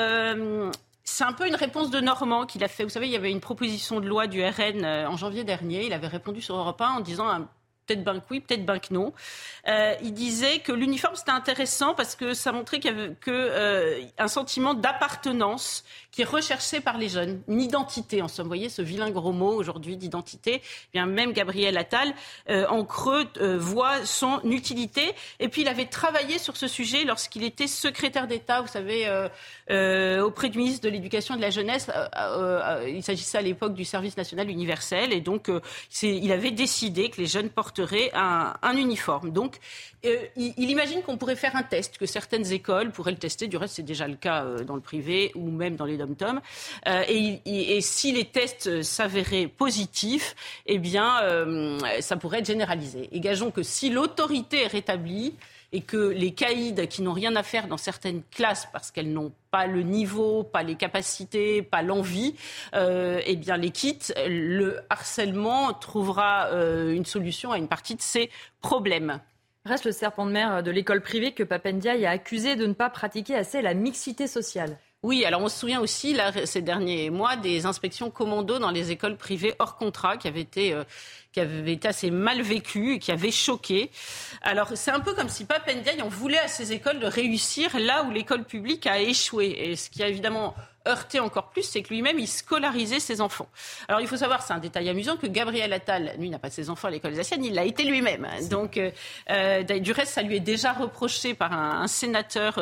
c'est un peu une réponse de Normand qu'il a fait. Vous savez, il y avait une proposition de loi du RN en janvier dernier. Il avait répondu sur Europe 1 en disant peut-être ben que oui, peut-être ben que non. Il disait que l'uniforme, c'était intéressant parce que ça montrait qu'il y avait un sentiment d'appartenance qui est recherché par les jeunes. Une identité, en somme. Vous voyez, ce vilain gros mot aujourd'hui d'identité. Eh bien, même Gabriel Attal, en creux, voit son utilité. Et puis, il avait travaillé sur ce sujet lorsqu'il était secrétaire d'État, vous savez, auprès du ministre de l'Éducation et de la Jeunesse. Il s'agissait à l'époque du service national universel. Et donc, il avait décidé que les jeunes porteraient un uniforme. Donc, il imagine qu'on pourrait faire un test, que certaines écoles pourraient le tester. Du reste, c'est déjà le cas dans le privé ou même dans les dom-toms. Et si les tests s'avéraient positifs, eh bien, ça pourrait être généralisé. Et gageons que si l'autorité est rétablie et que les caïds qui n'ont rien à faire dans certaines classes parce qu'elles n'ont pas le niveau, pas les capacités, pas l'envie, eh bien les quittent. Le harcèlement trouvera une solution à une partie de ces problèmes. Reste le serpent de mer de l'école privée que Pape Ndiaye a accusé de ne pas pratiquer assez la mixité sociale. Oui, alors on se souvient aussi, là, ces derniers mois, des inspections commando dans les écoles privées hors contrat qui avaient été assez mal vécues et qui avaient choqué. Alors c'est un peu comme si Pape Ndiaye en voulait à ces écoles de réussir là où l'école publique a échoué. Et ce qui a évidemment heurté encore plus, c'est que lui-même, il scolarisait ses enfants. Alors il faut savoir, c'est un détail amusant, que Gabriel Attal, lui, n'a pas ses enfants à l'école alsacienne, il l'a été lui-même. Donc du reste, ça lui est déjà reproché par un sénateur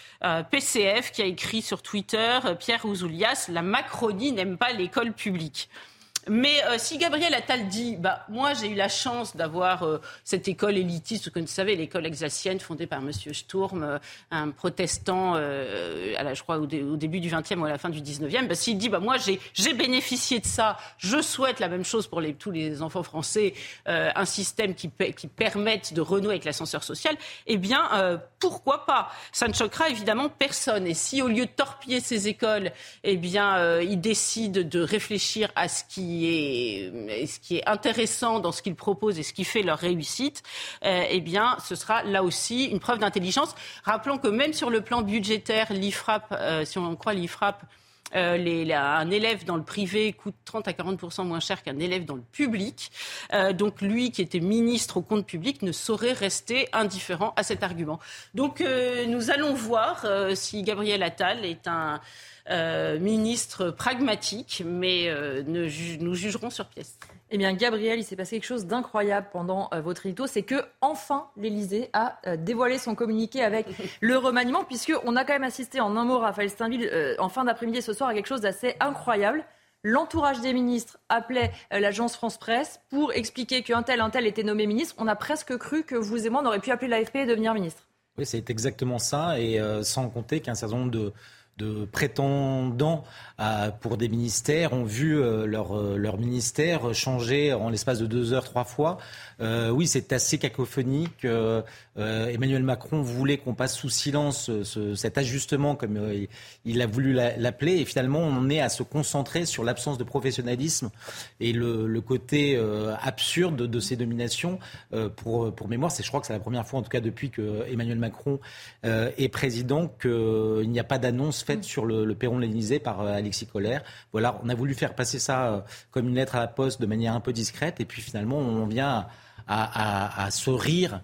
PCF qui a écrit sur Twitter, Pierre Ouzoulias, la Macronie n'aime pas l'école publique. Mais si Gabriel Attal dit moi j'ai eu la chance d'avoir cette école élitiste, comme vous savez, l'école alsacienne fondée par monsieur Sturm, un protestant je crois au début du 20e ou à la fin du 19e, s'il dit moi j'ai bénéficié de ça, je souhaite la même chose pour tous les enfants français, un système qui permette de renouer avec l'ascenseur social, eh bien pourquoi pas ? Ça ne choquera évidemment personne. Et si au lieu de torpiller ces écoles, eh bien il décide de réfléchir à ce qui est intéressant dans ce qu'ils proposent et ce qui fait leur réussite, eh bien, ce sera là aussi une preuve d'intelligence. Rappelons que même sur le plan budgétaire, l'IFRAP, si on en croit l'IFRAP, un élève dans le privé coûte 30 à 40% moins cher qu'un élève dans le public. Donc lui, qui était ministre au compte public, ne saurait rester indifférent à cet argument. Donc nous allons voir si Gabriel Attal est un ministre pragmatique, mais nous jugerons sur pièce. Eh bien, Gabriel, il s'est passé quelque chose d'incroyable pendant votre édito, c'est que enfin l'Élysée a dévoilé son communiqué avec le remaniement, puisqu'on a quand même assisté en un mot, Raphaël Steinville, en fin d'après-midi ce soir, à quelque chose d'assez incroyable. L'entourage des ministres appelait l'agence France Presse pour expliquer qu'un tel était nommé ministre. On a presque cru que vous et moi, on aurait pu appeler l'AFP et devenir ministre. Oui, c'est exactement ça, et sans compter qu'un certain nombre de prétendants pour des ministères ont vu leur ministère changer en l'espace de 2 heures 3 fois. Oui, c'est assez cacophonique. Emmanuel Macron voulait qu'on passe sous silence cet ajustement, comme il a voulu l'appeler. Et finalement, on en est à se concentrer sur l'absence de professionnalisme et le côté absurde de ces nominations. Pour mémoire, je crois que c'est la première fois, en tout cas depuis que Emmanuel Macron est président, qu'il n'y a pas d'annonce faite sur le perron de l'Élysée par Alexis Collère. Voilà, on a voulu faire passer ça comme une lettre à la poste de manière un peu discrète. Et puis finalement, on vient à se rire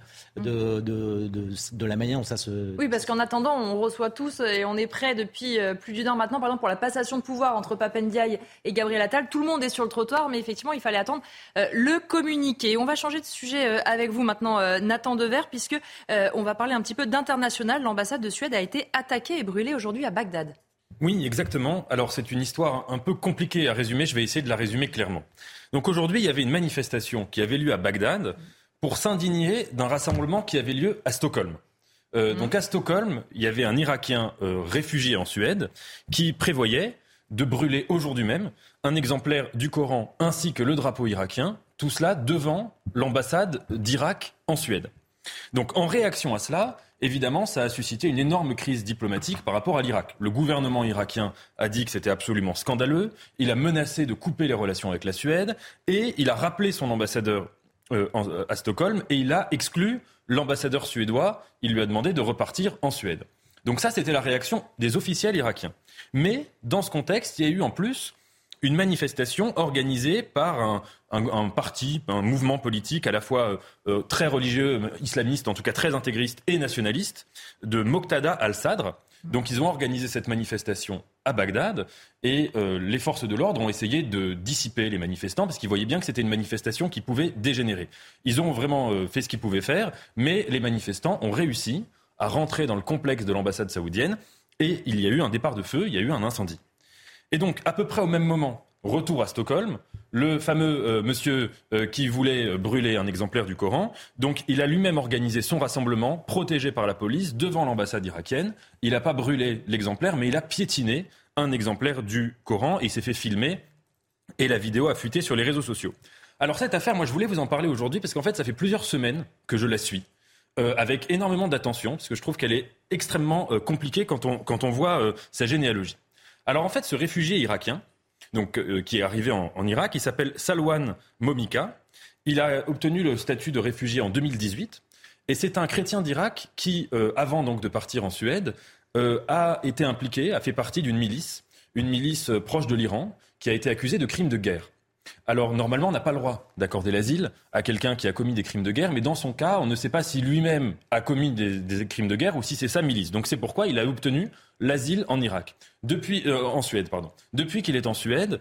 de la manière dont ça se... Oui, parce qu'en attendant, on reçoit tous et on est prêt depuis plus d'une heure maintenant, par exemple, pour la passation de pouvoir entre Pape Ndiaye et Gabriel Attal. Tout le monde est sur le trottoir, mais effectivement, il fallait attendre le communiqué. On va changer de sujet avec vous maintenant, Nathan Dever, puisque on va parler un petit peu d'international. L'ambassade de Suède a été attaquée et brûlée aujourd'hui à Bagdad. Oui, exactement. Alors, c'est une histoire un peu compliquée à résumer. Je vais essayer de la résumer clairement. Donc, aujourd'hui, il y avait une manifestation qui avait lieu à Bagdad pour s'indigner d'un rassemblement qui avait lieu à Stockholm. Donc, à Stockholm, il y avait un Irakien réfugié en Suède qui prévoyait de brûler aujourd'hui même un exemplaire du Coran ainsi que le drapeau irakien, tout cela devant l'ambassade d'Irak en Suède. Donc, en réaction à cela, évidemment, ça a suscité une énorme crise diplomatique par rapport à l'Irak. Le gouvernement irakien a dit que c'était absolument scandaleux. Il a menacé de couper les relations avec la Suède et il a rappelé son ambassadeur à Stockholm et il a exclu l'ambassadeur suédois. Il lui a demandé de repartir en Suède. Donc ça, c'était la réaction des officiels irakiens. Mais dans ce contexte, il y a eu en plus une manifestation organisée par un parti, un mouvement politique à la fois très religieux, islamiste, en tout cas très intégriste et nationaliste, de Moqtada al-Sadr. Donc ils ont organisé cette manifestation à Bagdad et les forces de l'ordre ont essayé de dissiper les manifestants parce qu'ils voyaient bien que c'était une manifestation qui pouvait dégénérer. Ils ont vraiment fait ce qu'ils pouvaient faire, mais les manifestants ont réussi à rentrer dans le complexe de l'ambassade saoudienne et il y a eu un départ de feu, il y a eu un incendie. Et donc, à peu près au même moment, retour à Stockholm, le fameux monsieur qui voulait brûler un exemplaire du Coran, donc il a lui-même organisé son rassemblement, protégé par la police, devant l'ambassade irakienne. Il n'a pas brûlé l'exemplaire, mais il a piétiné un exemplaire du Coran et il s'est fait filmer et la vidéo a fuité sur les réseaux sociaux. Alors cette affaire, moi je voulais vous en parler aujourd'hui parce qu'en fait ça fait plusieurs semaines que je la suis. Avec énormément d'attention, parce que je trouve qu'elle est extrêmement compliquée quand on voit sa généalogie. Alors en fait, ce réfugié irakien, donc, qui est arrivé en Irak, il s'appelle Salwan Momika. Il a obtenu le statut de réfugié en 2018. Et c'est un chrétien d'Irak qui, avant donc de partir en Suède, a été impliqué, a fait partie d'une milice proche de l'Iran, qui a été accusée de crimes de guerre. Alors, normalement, on n'a pas le droit d'accorder l'asile à quelqu'un qui a commis des crimes de guerre, mais dans son cas, on ne sait pas si lui-même a commis des crimes de guerre ou si c'est sa milice. Donc, c'est pourquoi il a obtenu l'asile en en Suède. Depuis qu'il est en Suède,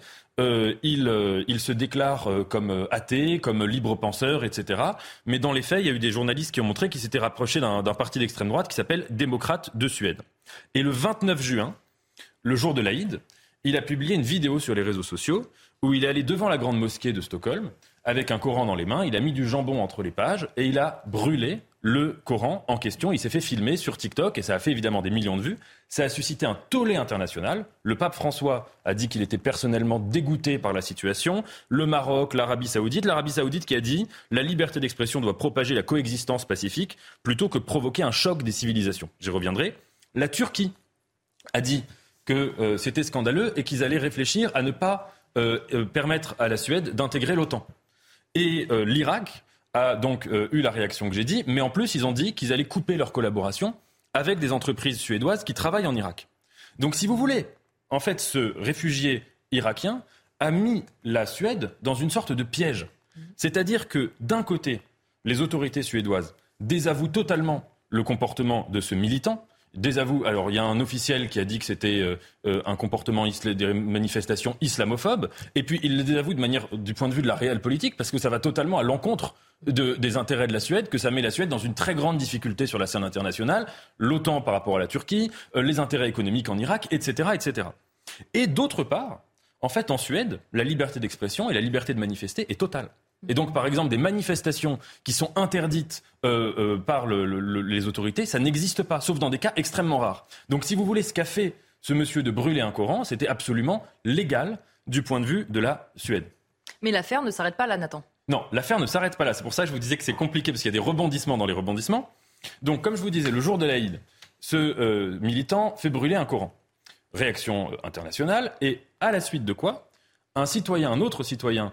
il se déclare comme athée, comme libre penseur, etc. Mais dans les faits, il y a eu des journalistes qui ont montré qu'il s'était rapproché d'un parti d'extrême droite qui s'appelle Démocrates de Suède. Et le 29 juin, le jour de l'Aïd, il a publié une vidéo sur les réseaux sociaux où il est allé devant la grande mosquée de Stockholm avec un Coran dans les mains, il a mis du jambon entre les pages et il a brûlé le Coran en question. Il s'est fait filmer sur TikTok et ça a fait évidemment des millions de vues. Ça a suscité un tollé international. Le pape François a dit qu'il était personnellement dégoûté par la situation. Le Maroc, l'Arabie Saoudite qui a dit la liberté d'expression doit propager la coexistence pacifique plutôt que provoquer un choc des civilisations. J'y reviendrai. La Turquie a dit que c'était scandaleux et qu'ils allaient réfléchir à ne pas permettre à la Suède d'intégrer l'OTAN. Et l'Irak a donc eu la réaction que j'ai dit, mais en plus ils ont dit qu'ils allaient couper leur collaboration avec des entreprises suédoises qui travaillent en Irak. Donc si vous voulez, en fait ce réfugié irakien a mis la Suède dans une sorte de piège. C'est-à-dire que d'un côté, les autorités suédoises désavouent totalement le comportement de ce militant, alors il y a un officiel qui a dit que c'était un comportement des manifestations islamophobes, et puis il le désavoue du point de vue de la réelle politique, parce que ça va totalement à l'encontre des intérêts de la Suède, que ça met la Suède dans une très grande difficulté sur la scène internationale, l'OTAN par rapport à la Turquie, les intérêts économiques en Irak, etc., etc. Et d'autre part, en fait en Suède, la liberté d'expression et la liberté de manifester est totale. Et donc, par exemple, des manifestations qui sont interdites par les autorités, ça n'existe pas, sauf dans des cas extrêmement rares. Donc, si vous voulez, ce qu'a fait ce monsieur de brûler un Coran, c'était absolument légal du point de vue de la Suède. Mais l'affaire ne s'arrête pas là, Nathan. Non, l'affaire ne s'arrête pas là. C'est pour ça que je vous disais que c'est compliqué, parce qu'il y a des rebondissements dans les rebondissements. Donc, comme je vous disais, le jour de l'Aïd, ce militant fait brûler un Coran. Réaction internationale, et à la suite de quoi, un autre citoyen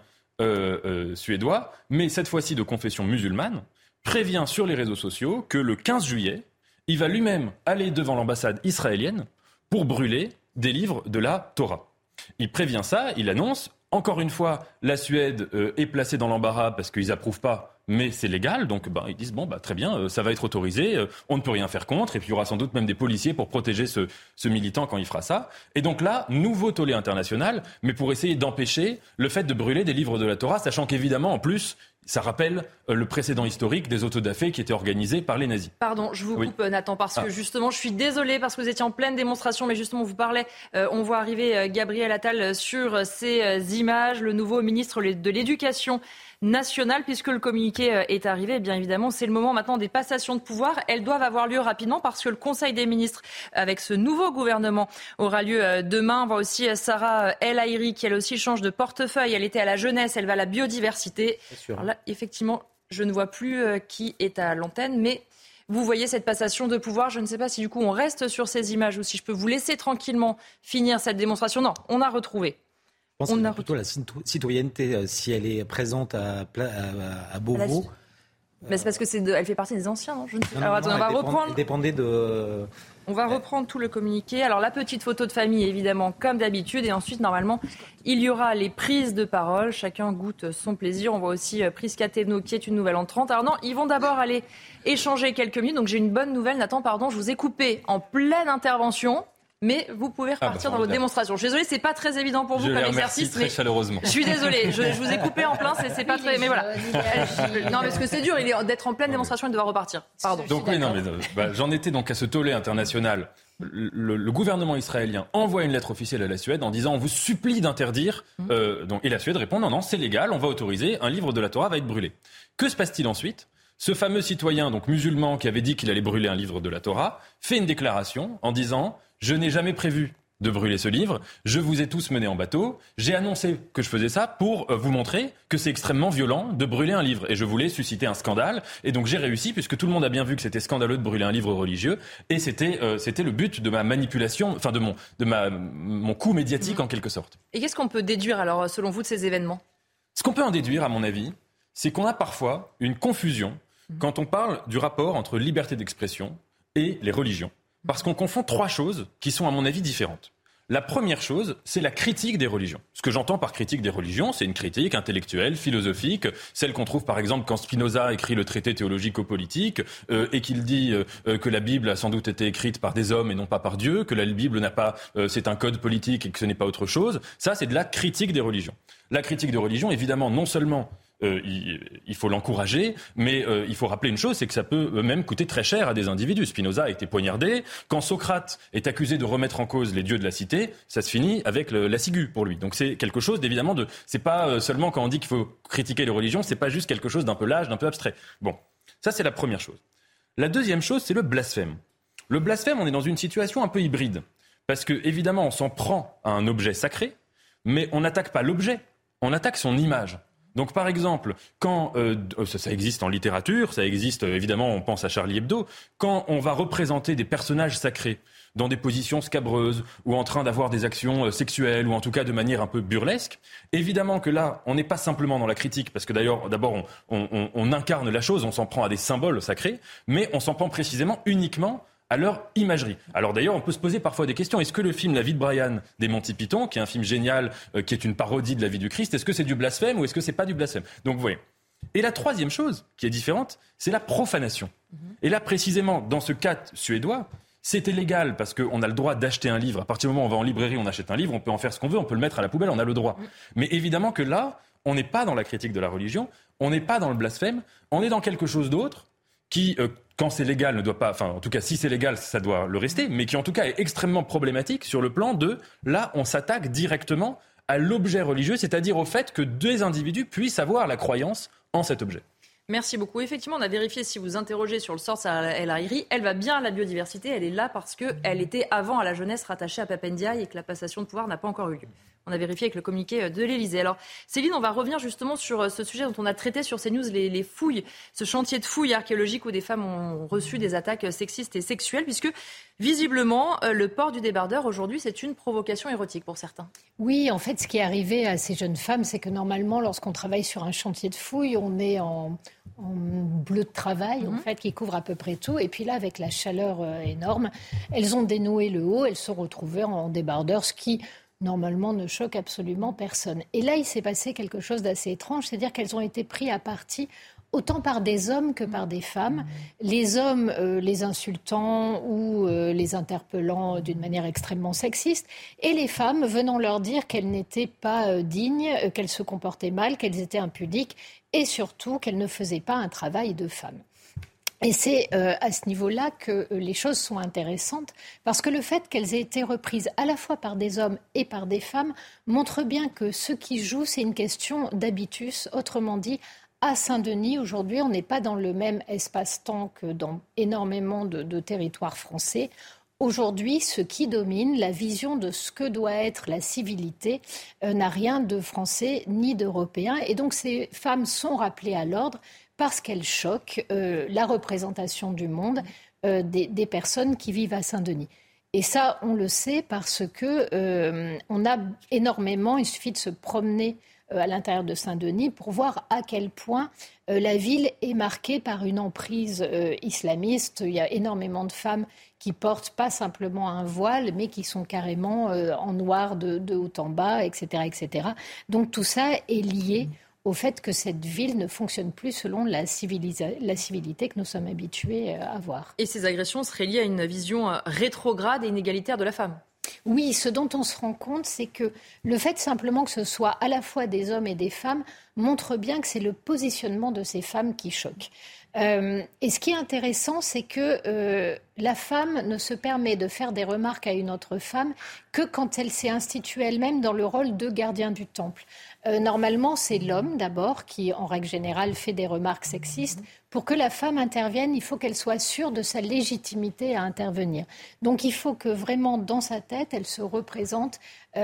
suédois, mais cette fois-ci de confession musulmane, prévient sur les réseaux sociaux que le 15 juillet, il va lui-même aller devant l'ambassade israélienne pour brûler des livres de la Torah. Il prévient ça, il annonce, encore une fois, la Suède est placée dans l'embarras parce qu'ils n'approuvent pas, mais c'est légal, donc ils disent très bien, ça va être autorisé, on ne peut rien faire contre, et puis il y aura sans doute même des policiers pour protéger ce militant quand il fera ça. Et donc là, nouveau tollé international, mais pour essayer d'empêcher le fait de brûler des livres de la Torah, sachant qu'évidemment, en plus, ça rappelle le précédent historique des autodafés qui étaient organisés par les nazis. Pardon, je vous coupe, Nathan, parce que justement, je suis désolée, parce que vous étiez en pleine démonstration, mais justement, on vous parlait, on voit arriver Gabriel Attal sur ces images, le nouveau ministre de l'Éducation nationale, puisque le communiqué est arrivé. Et bien évidemment, c'est le moment maintenant des passations de pouvoir. Elles doivent avoir lieu rapidement parce que le Conseil des ministres, avec ce nouveau gouvernement, aura lieu demain. On voit aussi Sarah El Haïry, qui elle aussi change de portefeuille. Elle était à la jeunesse, elle va à la biodiversité. Alors là, effectivement, je ne vois plus qui est à l'antenne, mais vous voyez cette passation de pouvoir. Je ne sais pas si du coup on reste sur ces images ou si je peux vous laisser tranquillement finir cette démonstration. Non, on a retrouvé. pense que c'est plutôt la citoyenneté, si elle est présente à Beauvau. Mais c'est parce que elle fait partie des anciens, non, Alors attends, on va reprendre. Elle dépendait de... On va reprendre tout le communiqué. Alors la petite photo de famille, évidemment, comme d'habitude. Et ensuite, normalement, il y aura les prises de parole. Chacun goûte son plaisir. On voit aussi Prisca Thévenot, qui est une nouvelle entrante. Alors non, ils vont d'abord aller échanger quelques minutes. Donc j'ai une bonne nouvelle. Nathan, pardon, je vous ai coupé en pleine intervention. Mais vous pouvez repartir dans votre démonstration. Je suis désolée, c'est pas très évident pour vous comme exercice. Très chaleureusement. Je suis désolée, je vous ai coupé en plein, c'est pas très. Mais voilà. Non, parce que c'est dur, d'être en pleine démonstration et de devoir repartir. Pardon. Donc oui, non, mais j'en étais donc à ce tollé international. Le gouvernement israélien envoie une lettre officielle à la Suède en disant on vous supplie d'interdire. Et la Suède répond non, c'est légal, on va autoriser, un livre de la Torah va être brûlé. Que se passe-t-il ensuite ? Ce fameux citoyen donc musulman qui avait dit qu'il allait brûler un livre de la Torah fait une déclaration en disant je n'ai jamais prévu de brûler ce livre, je vous ai tous menés en bateau, j'ai annoncé que je faisais ça pour vous montrer que c'est extrêmement violent de brûler un livre et je voulais susciter un scandale et donc j'ai réussi puisque tout le monde a bien vu que c'était scandaleux de brûler un livre religieux et c'était le but de ma manipulation, enfin de mon coup médiatique en quelque sorte. Et qu'est-ce qu'on peut déduire alors selon vous de ces événements ? Ce qu'on peut en déduire à mon avis, c'est qu'on a parfois une confusion quand on parle du rapport entre liberté d'expression et les religions. Parce qu'on confond trois choses qui sont à mon avis différentes. La première chose, c'est la critique des religions. Ce que j'entends par critique des religions, c'est une critique intellectuelle, philosophique, celle qu'on trouve par exemple quand Spinoza écrit le traité théologico-politique et qu'il dit que la Bible a sans doute été écrite par des hommes et non pas par Dieu, que la Bible c'est un code politique et que ce n'est pas autre chose. Ça, c'est de la critique des religions. La critique des religions, évidemment, non seulement il faut l'encourager, mais il faut rappeler une chose, c'est que ça peut même coûter très cher à des individus. Spinoza a été poignardé. Quand Socrate est accusé de remettre en cause les dieux de la cité, ça se finit avec la ciguë pour lui. Donc c'est quelque chose d'évidemment c'est pas seulement quand on dit qu'il faut critiquer les religions, c'est pas juste quelque chose d'un peu lâche, d'un peu abstrait. Bon, ça c'est la première chose. La deuxième chose, c'est le blasphème. Le blasphème, on est dans une situation un peu hybride. Parce que évidemment, on s'en prend à un objet sacré, mais on n'attaque pas l'objet, on attaque son image. Donc par exemple, quand ça existe en littérature, ça existe évidemment, on pense à Charlie Hebdo, quand on va représenter des personnages sacrés dans des positions scabreuses ou en train d'avoir des actions sexuelles ou en tout cas de manière un peu burlesque, évidemment que là, on n'est pas simplement dans la critique parce que d'abord on incarne la chose, on s'en prend à des symboles sacrés, mais on s'en prend précisément uniquement à leur imagerie. Alors d'ailleurs, on peut se poser parfois des questions. Est-ce que le film La vie de Brian des Monty Python, qui est un film génial, qui est une parodie de la vie du Christ, est-ce que c'est du blasphème ou est-ce que c'est pas du blasphème ? Donc vous voyez. Et la troisième chose qui est différente, c'est la profanation. Et là, précisément, dans ce cas suédois, c'était légal parce qu'on a le droit d'acheter un livre. À partir du moment où on va en librairie, on achète un livre, on peut en faire ce qu'on veut, on peut le mettre à la poubelle, on a le droit. Mais évidemment que là, on n'est pas dans la critique de la religion, on n'est pas dans le blasphème, on est dans quelque chose d'autre qui, quand c'est légal, ne doit pas... Enfin, en tout cas, si c'est légal, ça doit le rester, mais qui, en tout cas, est extrêmement problématique sur le plan de... Là, on s'attaque directement à l'objet religieux, c'est-à-dire au fait que deux individus puissent avoir la croyance en cet objet. Merci beaucoup. Effectivement, on a vérifié, si vous interrogez sur le sort de El Hariri, elle va bien à la biodiversité, elle est là parce qu'elle était avant à la jeunesse rattachée à Pape Ndiaye et que la passation de pouvoir n'a pas encore eu lieu. On a vérifié avec le communiqué de l'Élysée. Alors, Céline, on va revenir justement sur ce sujet dont on a traité sur CNews, les fouilles, ce chantier de fouilles archéologiques où des femmes ont reçu des attaques sexistes et sexuelles, puisque visiblement, le port du débardeur, aujourd'hui, c'est une provocation érotique pour certains. Oui, en fait, ce qui est arrivé à ces jeunes femmes, c'est que normalement, lorsqu'on travaille sur un chantier de fouilles, on est en bleu de travail, en fait, qui couvre à peu près tout. Et puis là, avec la chaleur énorme, elles ont dénoué le haut, elles se retrouvaient en débardeur, ce qui... normalement, ne choque absolument personne. Et là, il s'est passé quelque chose d'assez étrange, c'est-à-dire qu'elles ont été prises à partie autant par des hommes que par des femmes. Les hommes les insultant ou les interpellant d'une manière extrêmement sexiste, et les femmes venant leur dire qu'elles n'étaient pas dignes, qu'elles se comportaient mal, qu'elles étaient impudiques, et surtout qu'elles ne faisaient pas un travail de femme. Et c'est à ce niveau-là que les choses sont intéressantes, parce que le fait qu'elles aient été reprises à la fois par des hommes et par des femmes montre bien que ce qui joue, c'est une question d'habitus. Autrement dit, à Saint-Denis, aujourd'hui, on n'est pas dans le même espace-temps que dans énormément de territoires français. Aujourd'hui, ce qui domine, la vision de ce que doit être la civilité, n'a rien de français ni d'européen. Et donc ces femmes sont rappelées à l'ordre parce qu'elles choquent la représentation du monde des personnes qui vivent à Saint-Denis. Et ça, on le sait parce que on a énormément, il suffit de se promener à l'intérieur de Saint-Denis pour voir à quel point la ville est marquée par une emprise islamiste. Il y a énormément de femmes qui portent pas simplement un voile, mais qui sont carrément en noir de haut en bas, etc., etc. Donc tout ça est lié au fait que cette ville ne fonctionne plus selon la civilité que nous sommes habitués à voir. Et ces agressions seraient liées à une vision rétrograde et inégalitaire de la femme. Oui, ce dont on se rend compte, c'est que le fait simplement que ce soit à la fois des hommes et des femmes montre bien que c'est le positionnement de ces femmes qui choque. Et ce qui est intéressant, c'est que la femme ne se permet de faire des remarques à une autre femme que quand elle s'est instituée elle-même dans le rôle de gardien du temple. Normalement, c'est l'homme d'abord qui, en règle générale, fait des remarques sexistes. Pour que la femme intervienne, il faut qu'elle soit sûre de sa légitimité à intervenir. Donc il faut que vraiment, dans sa tête, elle se représente.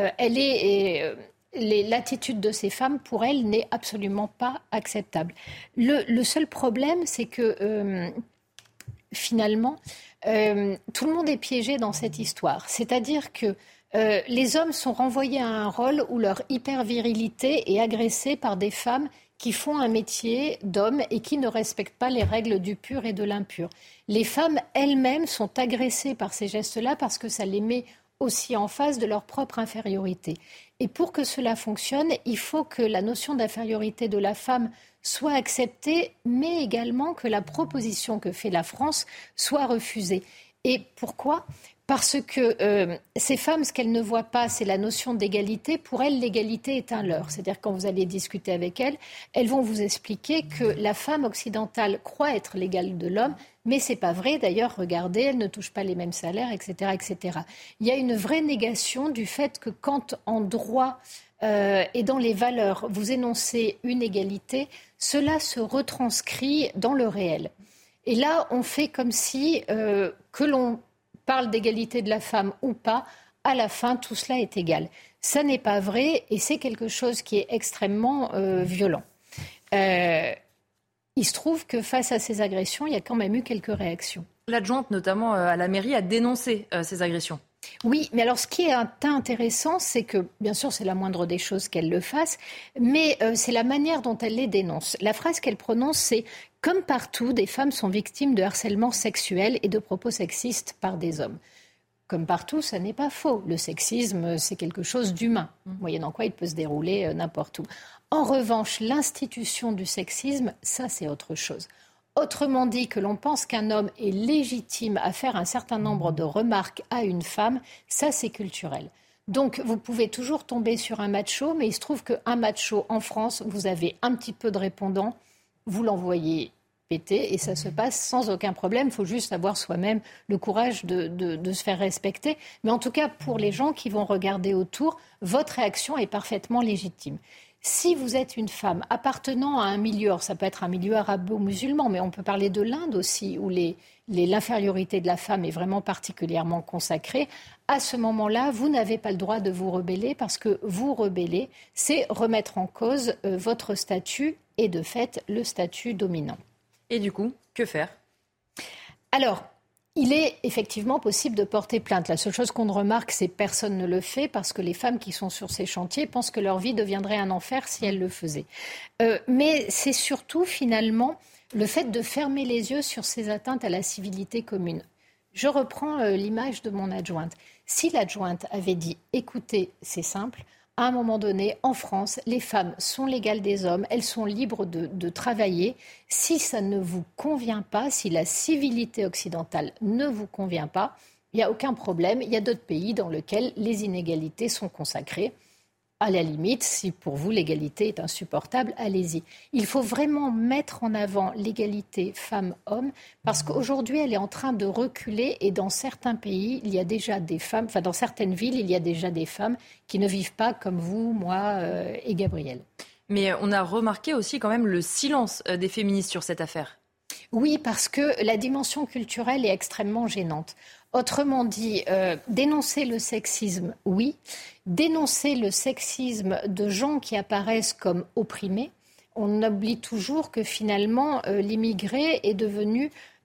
L'attitude de ces femmes, pour elle, n'est absolument pas acceptable. Le seul problème, c'est que finalement, tout le monde est piégé dans cette histoire. C'est-à-dire que les hommes sont renvoyés à un rôle où leur hyper-virilité est agressée par des femmes qui font un métier d'homme et qui ne respectent pas les règles du pur et de l'impur. Les femmes elles-mêmes sont agressées par ces gestes-là parce que ça les met aussi en face de leur propre infériorité. Et pour que cela fonctionne, il faut que la notion d'infériorité de la femme soit acceptée, mais également que la proposition que fait la France soit refusée. Et pourquoi ? Parce que ces femmes, ce qu'elles ne voient pas, c'est la notion d'égalité. Pour elles, l'égalité est un leurre. C'est-à-dire quand vous allez discuter avec elles, elles vont vous expliquer que la femme occidentale croit être l'égale de l'homme, mais c'est pas vrai. D'ailleurs, regardez, elle ne touche pas les mêmes salaires, etc., etc. Il y a une vraie négation du fait que quand en droit et dans les valeurs, vous énoncez une égalité, cela se retranscrit dans le réel. Et là, on fait comme si que l'on parle d'égalité de la femme ou pas, à la fin, tout cela est égal. Ça n'est pas vrai et c'est quelque chose qui est extrêmement violent. Il se trouve que face à ces agressions, il y a quand même eu quelques réactions. L'adjointe, notamment à la mairie, a dénoncé ces agressions. Oui, mais alors ce qui est intéressant, c'est que, bien sûr, c'est la moindre des choses qu'elle le fasse, mais c'est la manière dont elle les dénonce. La phrase qu'elle prononce, c'est « Comme partout, des femmes sont victimes de harcèlement sexuel et de propos sexistes par des hommes ». Comme partout, ça n'est pas faux. Le sexisme, c'est quelque chose d'humain, moyennant quoi il peut se dérouler n'importe où. En revanche, l'institution du sexisme, ça, c'est autre chose. Autrement dit, que l'on pense qu'un homme est légitime à faire un certain nombre de remarques à une femme, ça c'est culturel. Donc vous pouvez toujours tomber sur un macho, mais il se trouve qu'un macho en France, vous avez un petit peu de répondants, vous l'envoyez péter et ça se passe sans aucun problème. Il faut juste avoir soi-même le courage de se faire respecter. Mais en tout cas, pour les gens qui vont regarder autour, votre réaction est parfaitement légitime. Si vous êtes une femme appartenant à un milieu, alors ça peut être un milieu arabo-musulman, mais on peut parler de l'Inde aussi, où l'infériorité de la femme est vraiment particulièrement consacrée, à ce moment-là, vous n'avez pas le droit de vous rebeller parce que vous rebeller, c'est remettre en cause votre statut et de fait le statut dominant. Et du coup, que faire ? Alors, il est effectivement possible de porter plainte. La seule chose qu'on remarque, c'est que personne ne le fait parce que les femmes qui sont sur ces chantiers pensent que leur vie deviendrait un enfer si elles le faisaient. Mais c'est surtout finalement le fait de fermer les yeux sur ces atteintes à la civilité commune. Je reprends l'image de mon adjointe. Si l'adjointe avait dit « écoutez, c'est simple », à un moment donné, en France, les femmes sont l'égale des hommes, elles sont libres de travailler. Si ça ne vous convient pas, si la civilité occidentale ne vous convient pas, il n'y a aucun problème. Il y a d'autres pays dans lesquels les inégalités sont consacrées. À la limite, si pour vous l'égalité est insupportable, allez-y. Il faut vraiment mettre en avant l'égalité femmes-hommes parce qu'aujourd'hui, elle est en train de reculer et dans certains pays, il y a déjà des femmes, enfin dans certaines villes, il y a déjà des femmes qui ne vivent pas comme vous, moi et Gabriel. Mais on a remarqué aussi quand même le silence des féministes sur cette affaire. Oui, parce que la dimension culturelle est extrêmement gênante. Autrement dit, dénoncer le sexisme, oui. Dénoncer le sexisme de gens qui apparaissent comme opprimés. On oublie toujours que finalement, l'immigré est devenu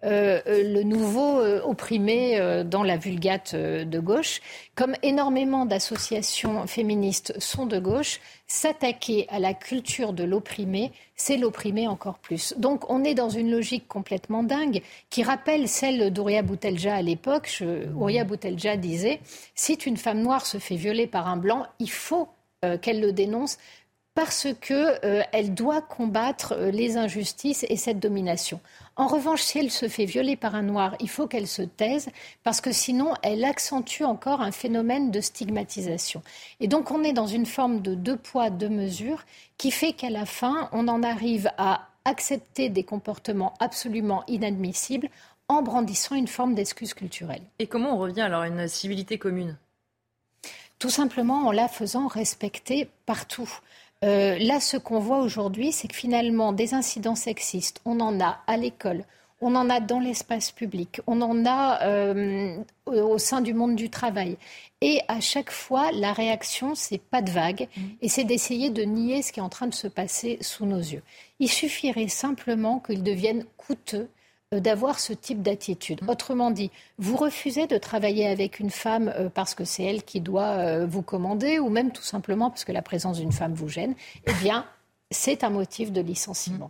le nouveau opprimé dans la vulgate de gauche. Comme énormément d'associations féministes sont de gauche, s'attaquer à la culture de l'opprimé, c'est l'opprimer encore plus. Donc on est dans une logique complètement dingue qui rappelle celle d'Ouria Boutelja à l'époque. Ouria Boutelja disait « Si une femme noire se fait violer par un blanc, il faut qu'elle le dénonce parce qu'elle doit combattre les injustices et cette domination. En revanche, si elle se fait violer par un noir, il faut qu'elle se taise parce que sinon, elle accentue encore un phénomène de stigmatisation. Et donc, on est dans une forme de deux poids, deux mesures qui fait qu'à la fin, on en arrive à accepter des comportements absolument inadmissibles en brandissant une forme d'excuse culturelle. Et comment on revient alors à une civilité commune ? Tout simplement en la faisant respecter partout. Là, ce qu'on voit aujourd'hui, c'est que finalement, des incidents sexistes, on en a à l'école, on en a dans l'espace public, on en a au sein du monde du travail. Et à chaque fois, la réaction, c'est pas de vague, et c'est d'essayer de nier ce qui est en train de se passer sous nos yeux. Il suffirait simplement qu'il devienne coûteux d'avoir ce type d'attitude. Autrement dit, vous refusez de travailler avec une femme parce que c'est elle qui doit vous commander ou même tout simplement parce que la présence d'une femme vous gêne, eh bien, c'est un motif de licenciement.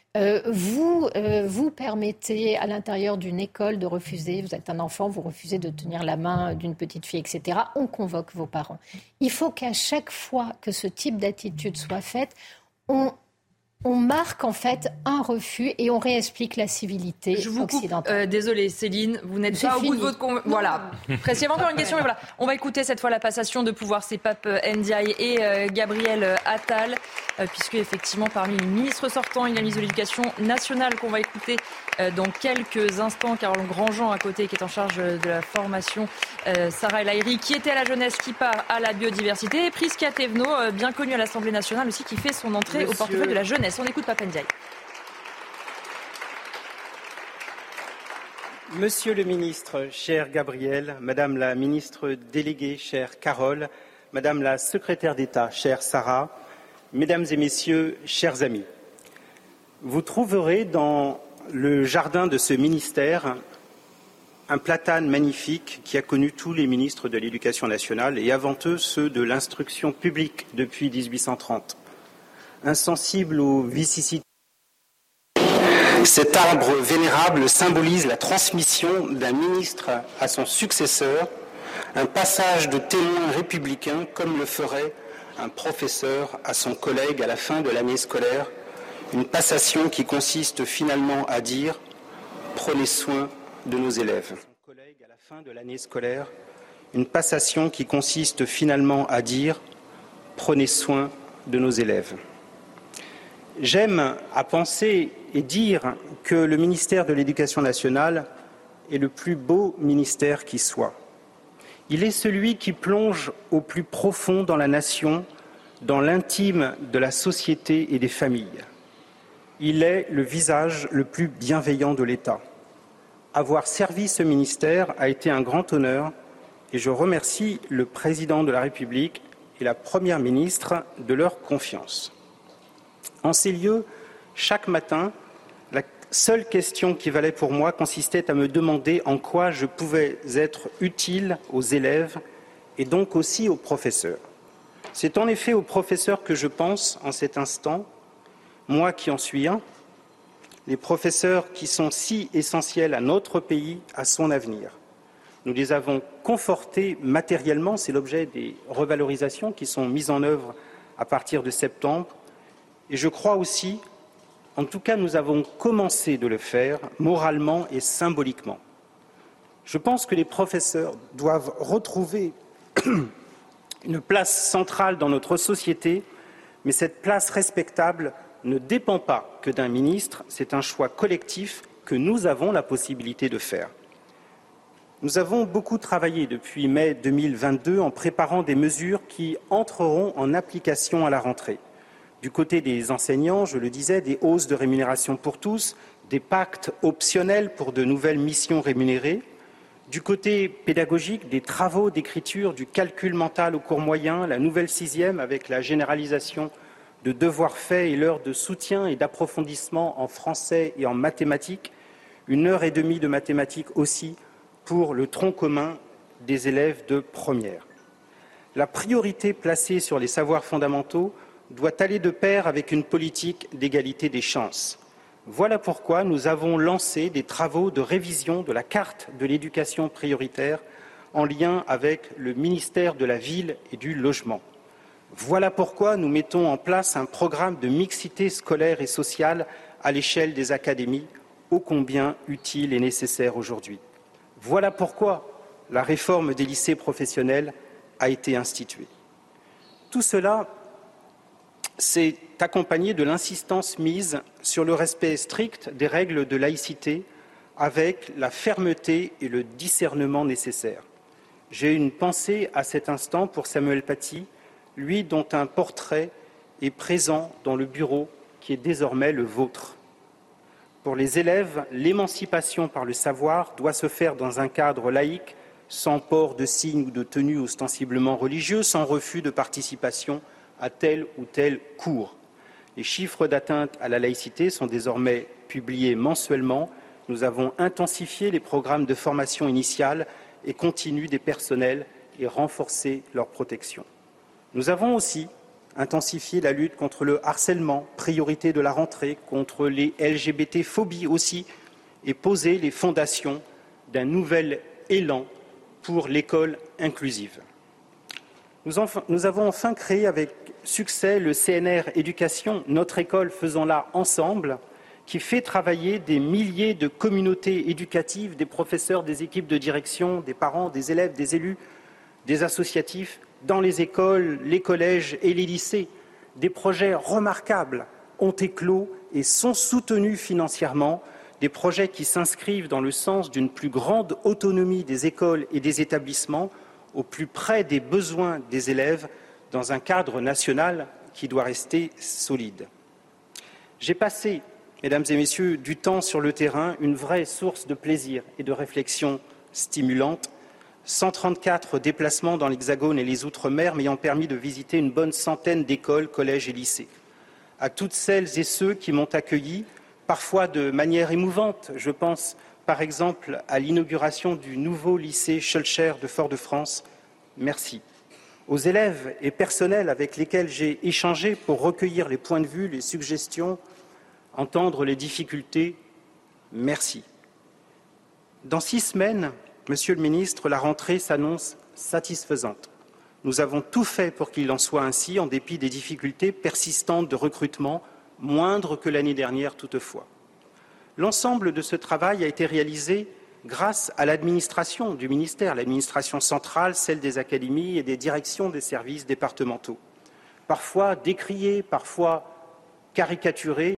Vous permettez à l'intérieur d'une école de refuser, vous êtes un enfant, vous refusez de tenir la main d'une petite fille, etc. On convoque vos parents. Il faut qu'à chaque fois que ce type d'attitude soit faite, on marque en fait un refus et on réexplique la civilité occidentale. Désolée Céline, vous n'êtes pas au bout de votre... Voilà. Presque, il y avait encore une question, mais voilà. On va écouter cette fois la passation de pouvoir. C'est Pape Ndiaye et Gabriel Attal, puisque effectivement parmi les ministres sortants, il y a le ministre de l'Éducation nationale qu'on va écouter dans quelques instants. Carole Grandjean à côté, qui est en charge de la formation, Sarah El Haïry, qui était à la jeunesse, qui part à la biodiversité, et Prisca Thévenot, bien connue à l'Assemblée nationale aussi, qui fait son entrée au portefeuille de la jeunesse. On écoute Pape Ndiaye. Monsieur le ministre, cher Gabriel, Madame la ministre déléguée, chère Carole, Madame la secrétaire d'État, chère Sarah, Mesdames et Messieurs, chers amis, vous trouverez dans le jardin de ce ministère un platane magnifique qui a connu tous les ministres de l'Éducation nationale et avant eux ceux de l'instruction publique depuis 1830. Insensible aux vicissitudes. Cet arbre vénérable symbolise la transmission d'un ministre à son successeur, un passage de témoin républicain comme le ferait un professeur à son collègue à la fin de l'année scolaire, une passation qui consiste finalement à dire « prenez soin de nos élèves ». Son collègue à la fin de l'année scolaire, une passation qui consiste finalement à dire « prenez soin de nos élèves ». J'aime à penser et dire que le ministère de l'Éducation nationale est le plus beau ministère qui soit. Il est celui qui plonge au plus profond dans la nation, dans l'intime de la société et des familles. Il est le visage le plus bienveillant de l'État. Avoir servi ce ministère a été un grand honneur et je remercie le Président de la République et la Première ministre de leur confiance. En ces lieux, chaque matin, la seule question qui valait pour moi consistait à me demander en quoi je pouvais être utile aux élèves et donc aussi aux professeurs. C'est en effet aux professeurs que je pense en cet instant, moi qui en suis un, les professeurs qui sont si essentiels à notre pays, à son avenir. Nous les avons confortés matériellement, c'est l'objet des revalorisations qui sont mises en œuvre à partir de septembre. Et je crois aussi, en tout cas nous avons commencé de le faire moralement et symboliquement. Je pense que les professeurs doivent retrouver une place centrale dans notre société, mais cette place respectable ne dépend pas que d'un ministre, c'est un choix collectif que nous avons la possibilité de faire. Nous avons beaucoup travaillé depuis mai 2022 en préparant des mesures qui entreront en application à la rentrée. Du côté des enseignants, je le disais, des hausses de rémunération pour tous, des pactes optionnels pour de nouvelles missions rémunérées. Du côté pédagogique, des travaux d'écriture, du calcul mental au cours moyen, la nouvelle 6e avec la généralisation de devoirs faits et l'heure de soutien et d'approfondissement en français et en mathématiques. 1h30 de mathématiques aussi pour le tronc commun des élèves de première. La priorité placée sur les savoirs fondamentaux doit aller de pair avec une politique d'égalité des chances. Voilà pourquoi nous avons lancé des travaux de révision de la carte de l'éducation prioritaire en lien avec le ministère de la Ville et du Logement. Voilà pourquoi nous mettons en place un programme de mixité scolaire et sociale à l'échelle des académies, ô combien utile et nécessaire aujourd'hui. Voilà pourquoi la réforme des lycées professionnels a été instituée. Tout cela s'est accompagné de l'insistance mise sur le respect strict des règles de laïcité avec la fermeté et le discernement nécessaires. J'ai une pensée à cet instant pour Samuel Paty, lui dont un portrait est présent dans le bureau qui est désormais le vôtre. Pour les élèves, l'émancipation par le savoir doit se faire dans un cadre laïque, sans port de signes ou de tenues ostensiblement religieux, sans refus de participation à tel ou tel cours. Les chiffres d'atteinte à la laïcité sont désormais publiés mensuellement. Nous avons intensifié les programmes de formation initiale et continue des personnels et renforcé leur protection. Nous avons aussi intensifié la lutte contre le harcèlement, priorité de la rentrée, contre les LGBT-phobies aussi, et posé les fondations d'un nouvel élan pour l'école inclusive. Nous avons enfin créé avec succès le CNR Éducation, notre école faisons-la ensemble, qui fait travailler des milliers de communautés éducatives, des professeurs, des équipes de direction, des parents, des élèves, des élus, des associatifs, dans les écoles, les collèges et les lycées. Des projets remarquables ont éclos et sont soutenus financièrement, des projets qui s'inscrivent dans le sens d'une plus grande autonomie des écoles et des établissements, au plus près des besoins des élèves, dans un cadre national qui doit rester solide. J'ai passé, mesdames et messieurs, du temps sur le terrain, une vraie source de plaisir et de réflexion stimulante. 134 déplacements dans l'Hexagone et les Outre-mer m'ayant permis de visiter une bonne centaine d'écoles, collèges et lycées. À toutes celles et ceux qui m'ont accueilli, parfois de manière émouvante, je pense par exemple à l'inauguration du nouveau lycée Schulcher de Fort-de-France, merci. Aux élèves et personnels avec lesquels j'ai échangé pour recueillir les points de vue, les suggestions, entendre les difficultés, merci. Dans 6 semaines, Monsieur le ministre, la rentrée s'annonce satisfaisante. Nous avons tout fait pour qu'il en soit ainsi, en dépit des difficultés persistantes de recrutement, moindres que l'année dernière toutefois. L'ensemble de ce travail a été réalisé grâce à l'administration du ministère, l'administration centrale, celle des académies et des directions des services départementaux. Parfois décriés, parfois caricaturés,